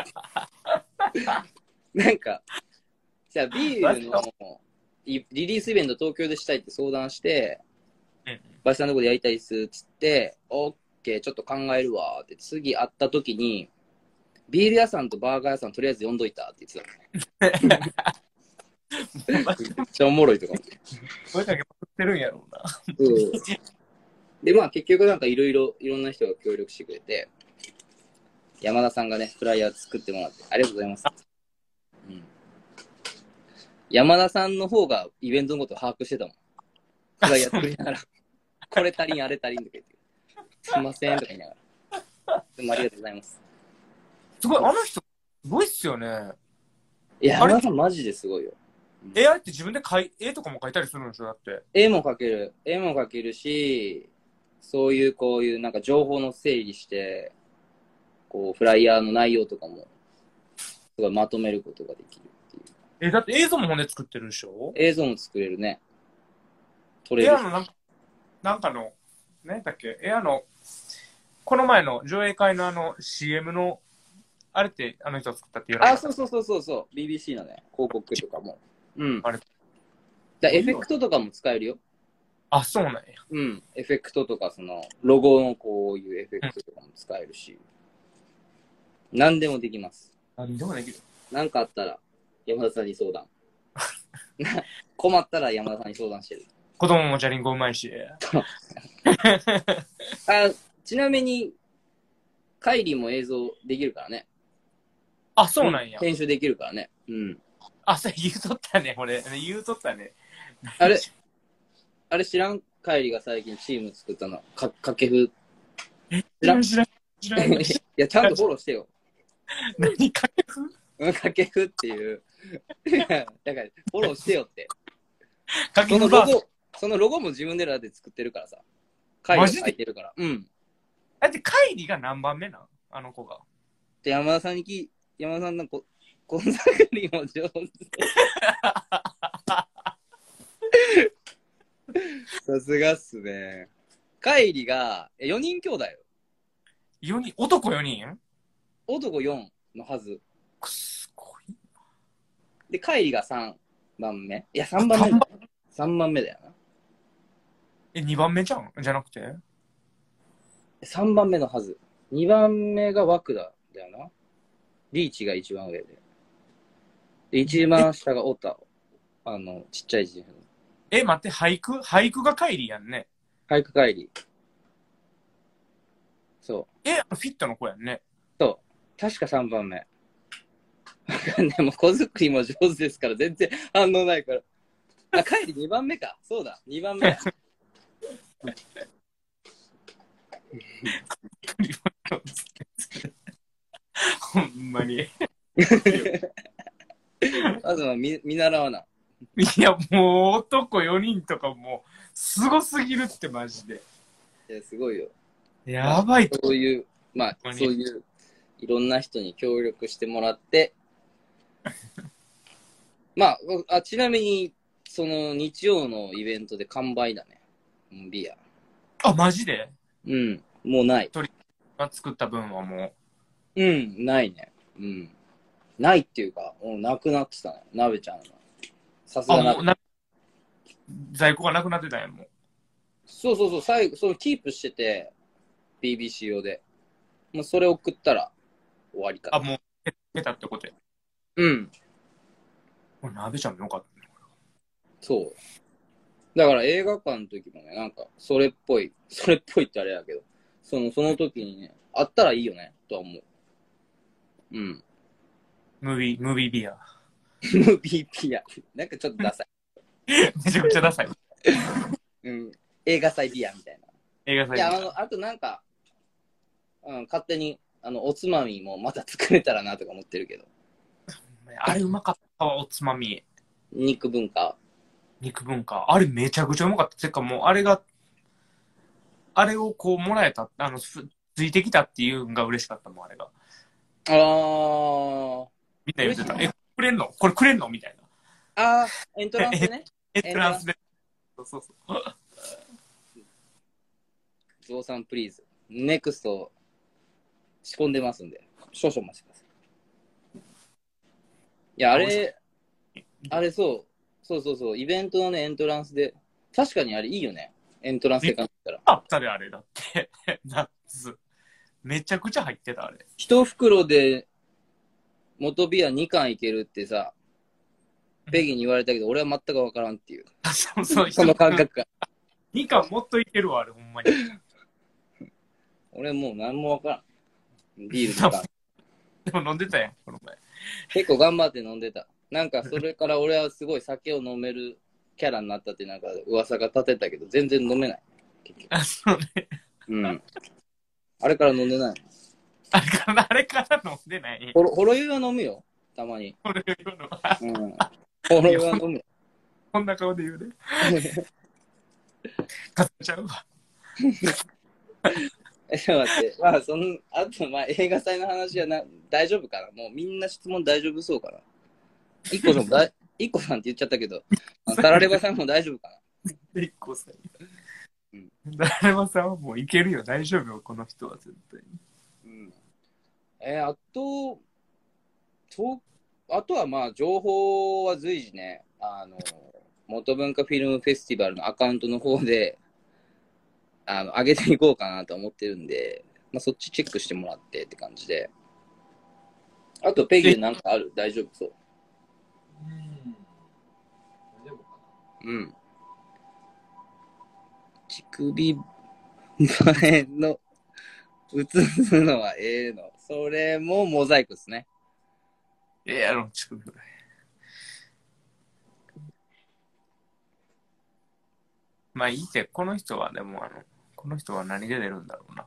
なんか、じゃあビールのリリースイベント東京でしたいって相談して、バシさんのとこでやりたいっすっつって、オッケー、ちょっと考えるわって、次会った時に、ビール屋さんとバーガー屋さんとりあえず呼んどいたって言ってたもんね。めっちゃおもろいとか。 声かけまくってるんやろうな。 で、まあ結局なんかいろんな人が協力してくれて、山田さんがね、フライヤー作ってもらって、ありがとうございます。うん、山田さんの方がイベントのことを把握してたもん。フライヤー作りながら、これ足りん、あれ足りんとか言って、すいませんとか言いながら。でもありがとうございます。 すごい、あの人、すごいっすよね。 いや、山田さんマジですごいよ。 AI って自分で絵とかも描いたりするんでしょだって。 絵も描けるし、そういうこういうなんか情報の整理して、こうフライヤーの内容とかも、すごいまとめることができるっていう。 だって映像も骨作ってるでしょ映像も作れるね。撮れる。 エアのなんかの、何だっけエアの、この前の上映会のCM の、あれってあの人が作ったっていうの。 あ、そう。BBC のね、広告とかも。うん。 あれ。 エフェクトとかも使えるよ。 あ、そうなんや。 うん。エフェクトとか、その、ロゴのこういうエフェクトとかも使えるし。何でもできます。 何でもできる。 何かあったら、山田さんに相談。困ったら山田さんに相談してる。 子供もチャリンコうまいし。 ちなみに、カイリーも映像できるからね。 あ、そうなんや。 編集できるからね。うん。 あ、それ言うとったね、俺。言うとったね。 あれ知らんカイリーが最近チーム作ったの。かけふ。 知らん。 いや、ちゃんとフォローしてよ。 何かけふかけふっていう。だから、フォローしてよって。 かけふバーそのロゴも自分でらで作ってるからさ。カイリーが書いてるから。うん。 だってカイリが何番目なんあの子が。 で、山田さんのこん作りも上手。さすがっすね。カイリが4人兄弟よ。 男4人男4のはず。 すごい。 で、カイリが3番目。いや、3番目だよ。3番目だよな。 2番目じゃなくて 3番目のはず。2番目が枠だよな。リーチが一番上で。で、一番下がオタ。ちっちゃい字。 待って、俳句がカイリやんね。 俳句カイリ。そう。 フィットの子やんね。 そう。確か3番目。わかんない。もう子作りも上手ですから全然反応ないから。あ、カイリ2番目か。そうだ。2番目だ。 ほんまに。 あとは見習わな。 いや、もう男4人とかもう、すごすぎるってマジで。 いや、すごいよ。 やばい。 そういう、そういう、いろんな人に協力してもらって、ちなみに、その日曜のイベントで完売だね。ビア。 あ、マジでうん、もうない。 作った分はもう。うん、ないね。うん。ないっていうか、もうなくなってたね。鍋ちゃんの。さすがな。 在庫がなくなってたんやもう。 そうそうそう、最後、そのキープしてて、BBC 用で。もうそれ送ったら終わりかな。 あ、もう、出たってことや。 うん。 これ、鍋ちゃんもよかったね。 そう。だから映画館の時もね、なんか、それっぽいってあれやけど、その時にね、あったらいいよね、とは思う。うん。 ムービービア。 ムービーピア。なんかちょっとダサい。 めちゃくちゃダサい。 うん。映画祭ビアみたいな。 映画祭いや、あとなんか、うん、勝手に、おつまみもまた作れたらなとか思ってるけど。 あれうまかったわ、おつまみ。 肉文化。 肉文化。あれめちゃくちゃうまかった。てかもう、あれをこうもらえた、ついてきたっていうのが嬉しかったもん、あれが。 あー。 みんな言ってた。くれんのこれくれんのみたいな。 あー、エントランスでね。 エントランスで。そうそうそう。 ゾウさんプリーズ。ネクスト仕込んでますんで、少々お待ちください。いや、あれそう、イベントのね、エントランスで、確かにあれいいよね。エントランスで考えたら。 あったで、あれだって。ナッツ。めちゃくちゃ入ってた、あれ。 一袋で元ビア2缶いけるってさ、ペギーに言われたけど、俺は全くわからんっていう。 そうそう、 その感覚が。 2巻もっといけるわ、あれ、ほんまに。 俺もう何もわからん。ビールとか。 でも飲んでたやん、この前。 結構頑張って飲んでた。なんかそれから俺はすごい酒を飲めるキャラになったってなんか噂が立てたけど、全然飲めない。 あ、そうね。 うん。あれから飲んでない。 あれから飲んでない。 ほろ酔いは飲むよ。たまに。 これ言うの。 うん。ほろ酔いは飲むよ。 こんな顔で言うね。かつちゃうわ。 ちょっと待って。まあ、あと、まあ、映画祭の話は大丈夫かな。もうみんな質問大丈夫そうかな。一個さんって言っちゃったけど、タラレバさんも大丈夫かな。 一個さ。誰もさんはもういけるよ、大丈夫よ、この人は絶対に。 うん。あとはまあ、情報は随時ね、元文化フィルムフェスティバルのアカウントの方で、上げていこうかなと思ってるんで、まあ、そっちチェックしてもらってって感じで。あと、ペギーなんかある？大丈夫そう？ 大丈夫かうん。乳首前の映すのはええの。それもモザイクですね。 やろ、ちょっとぐらい。まあいいって、この人はでもこの人は何で出るんだろうな。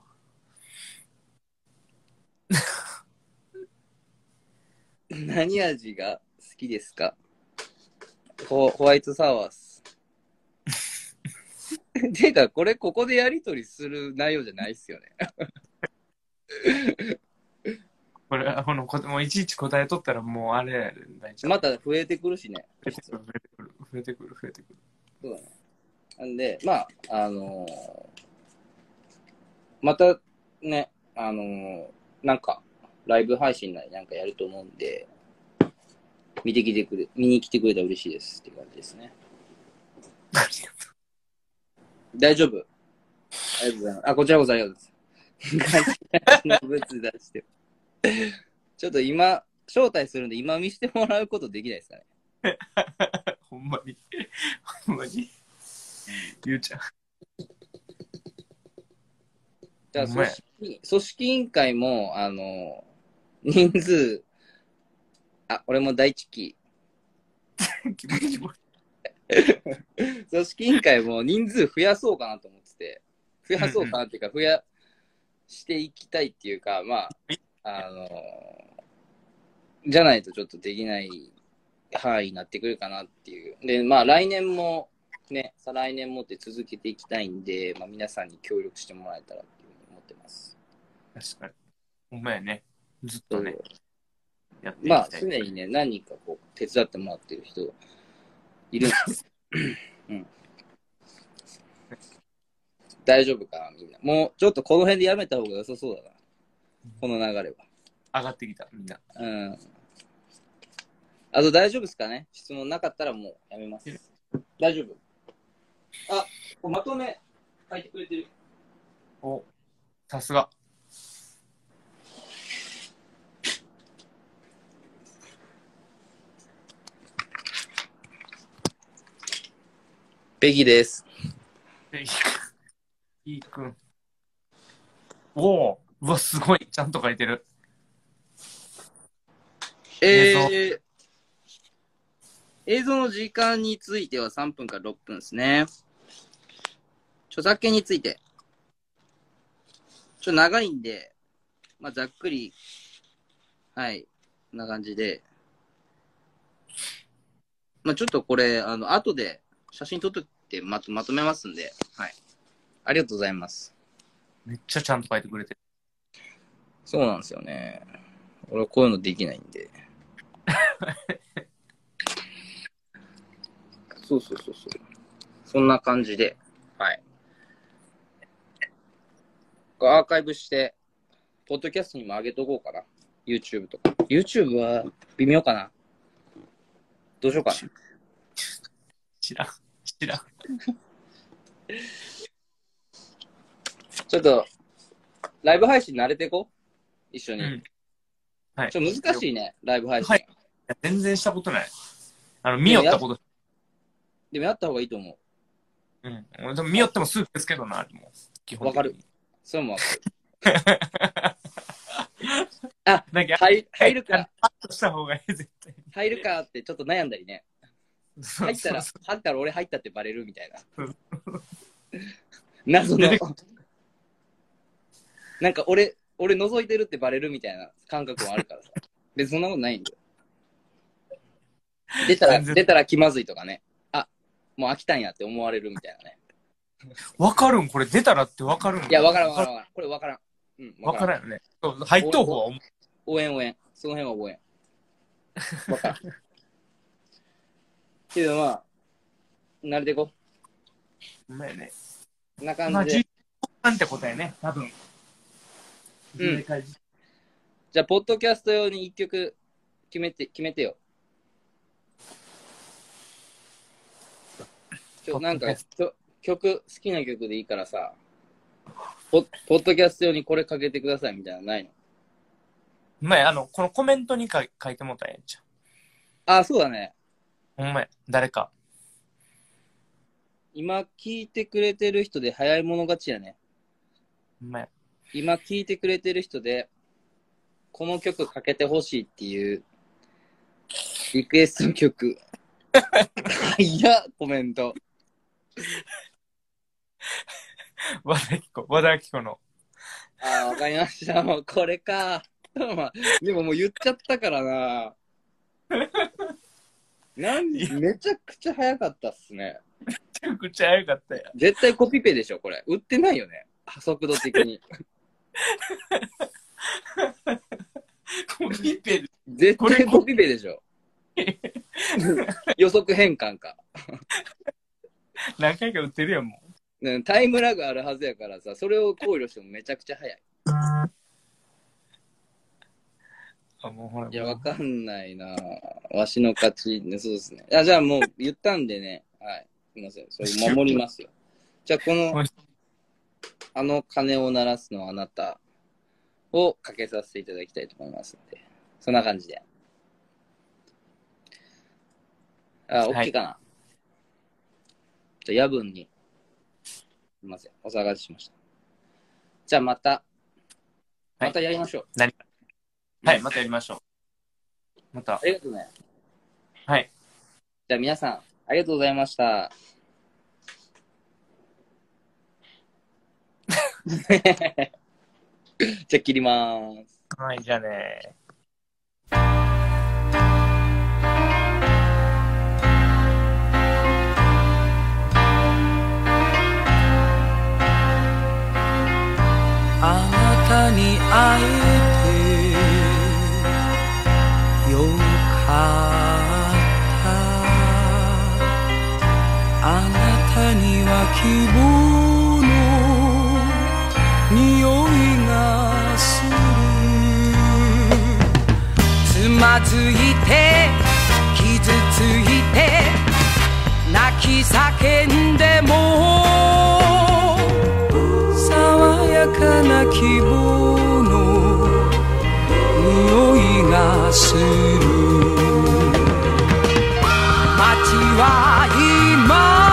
何味が好きですか？ホワイトサワース。てか、ここでやりとりする内容じゃないっすよね。 これ、もういちいち答えとったらもうあれ、大丈夫。 また増えてくるしね。 増えてくる。 そうだね。なんで、まあ、またね、なんか、ライブ配信なりなんかやると思うんで、見に来てくれたら嬉しいですっていう感じですね。大丈夫。ありがとうございます。あ、こちらこそありがとうございます。ガチのブツ出して。ちょっと今、招待するんで、今見せてもらうことできないですかね。 ほんまに。ほんまに。ゆうちゃん。 じゃあ組織委員会も、人数、俺も第一期。組織委員会も人数増やそうかなと思ってて、増やそうかなっていうか、増やしていきたいっていうか、まあ、じゃないとちょっとできない範囲になってくるかなっていう。で、まあ来年もね、再来年もって続けていきたいんで、まあ皆さんに協力してもらえたらっていうふうに思ってます。 確かに。ほんまやね。ずっとね。やっていきたい。 まあ常にね、何人かこう手伝ってもらってる人いるんです。うん。大丈夫かな、みんな。もうちょっとこの辺でやめた方が良さそうだな。この流れは。 上がってきた、みんな。 うん。あと大丈夫ですかね？質問なかったらもうやめます。大丈夫。あ、まとめ書いてくれてる。 お、さすが。 ペギです。 いいくん。おお、うわ、すごい。ちゃんと書いてる。 映像の時間については3分から6分ですね。著作権について。長いんで、まあ、ざっくり、はい、こんな感じで。まあ、ちょっとこれ、後で写真撮ってまとめますんで、はい。ありがとうございます。 めっちゃちゃんと書いてくれてる。 そうなんですよね。俺はこういうのできないんで。そう。そんな感じで、はい。アーカイブして、ポッドキャストにも上げとこうかな。YouTube とか。YouTube は微妙かな。どうしようかな。 知らん。 ちょっと、ライブ配信慣れていこう。一緒に。 うん、はい。 難しいね、ライブ配信。 はい。全然したことない。見よったこと。 でもやった方がいいと思う。うん。俺でも見よってもすぐですけどな、でも。 基本的に。わかる。それもわかる。あ、入るか。 パッとした方がいい、絶対。 入るかってちょっと悩んだりね。入ったら俺入ったってバレるみたいな。謎の。なんか俺覗いてるってバレるみたいな感覚もあるからさ。別にそんなことないんだよ。出たら気まずいとかね。あ、もう飽きたんやって思われるみたいなね。 わかるんこれ出たらってわかるんいや、わからん。これわからん。うん、 わからんよね。入っとう方は応援。その辺は応援。わからん。けどまあ、慣れていこう。 うまいね。 こんな感じで。 なんてことやね、多分。 うん。じゃあ、ポッドキャスト用に1曲決めてよ。なんか曲、好きな曲でいいからさ、ポッドキャスト用にこれかけてくださいみたいなのないの？ 前、このコメントに書いてもらったらええんちゃう。 あ、そうだね。 ほんまや、誰か。 今聞いてくれてる人で早い者勝ちやね。 ほんまや。今聞いてくれてる人で、この曲かけてほしいっていうリクエスト曲。いや、コメント。 和田アキ子の。 ああ、わかりました。もうこれか。でももう言っちゃったからな。めちゃくちゃ早かったっすね。 めちゃくちゃ早かったよ。 絶対コピペでしょ、これ。売ってないよね。速度的に。 コピペ絶対コピペでしょ。予測変換か。 何回か売ってるよ、もう。タイムラグあるはずやからさ、それを考慮してもめちゃくちゃ早い。 もうほら。 いや、わかんないな。わしの勝ち。そうですね。じゃあもう言ったんでね。はい。すいません。それ守りますよ。じゃあこの、鐘を鳴らすのはあなたをかけさせていただきたいと思いますので。そんな感じで。OK かな。はい、じゃあ夜分に。すいません。お騒がせしました。じゃあまたやりましょう。 はい、またやりましょう。また。 ありがとうね。 はい。 じゃあ皆さん、ありがとうございました。じゃあ切りまーす。 はい、じゃあね。 あなたに会えよかったあなたには希望の匂いがするつまずいて傷ついて泣き叫んでもかな希望の匂いがする。街は今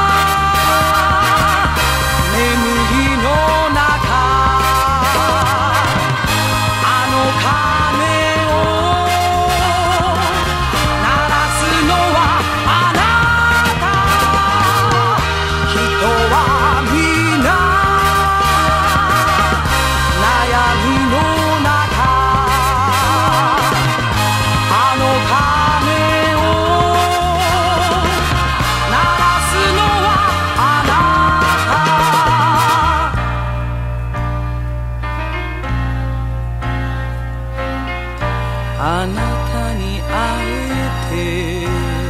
あなたに会えて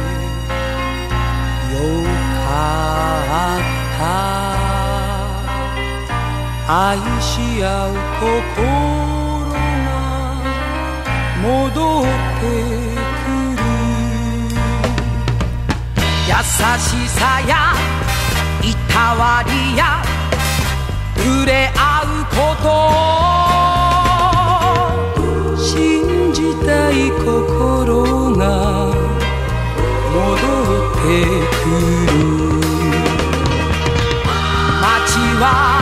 よかった。愛し合う心が戻ってくる。優しさやいたわりや触れ合うこと信じたい心が戻ってくる。街は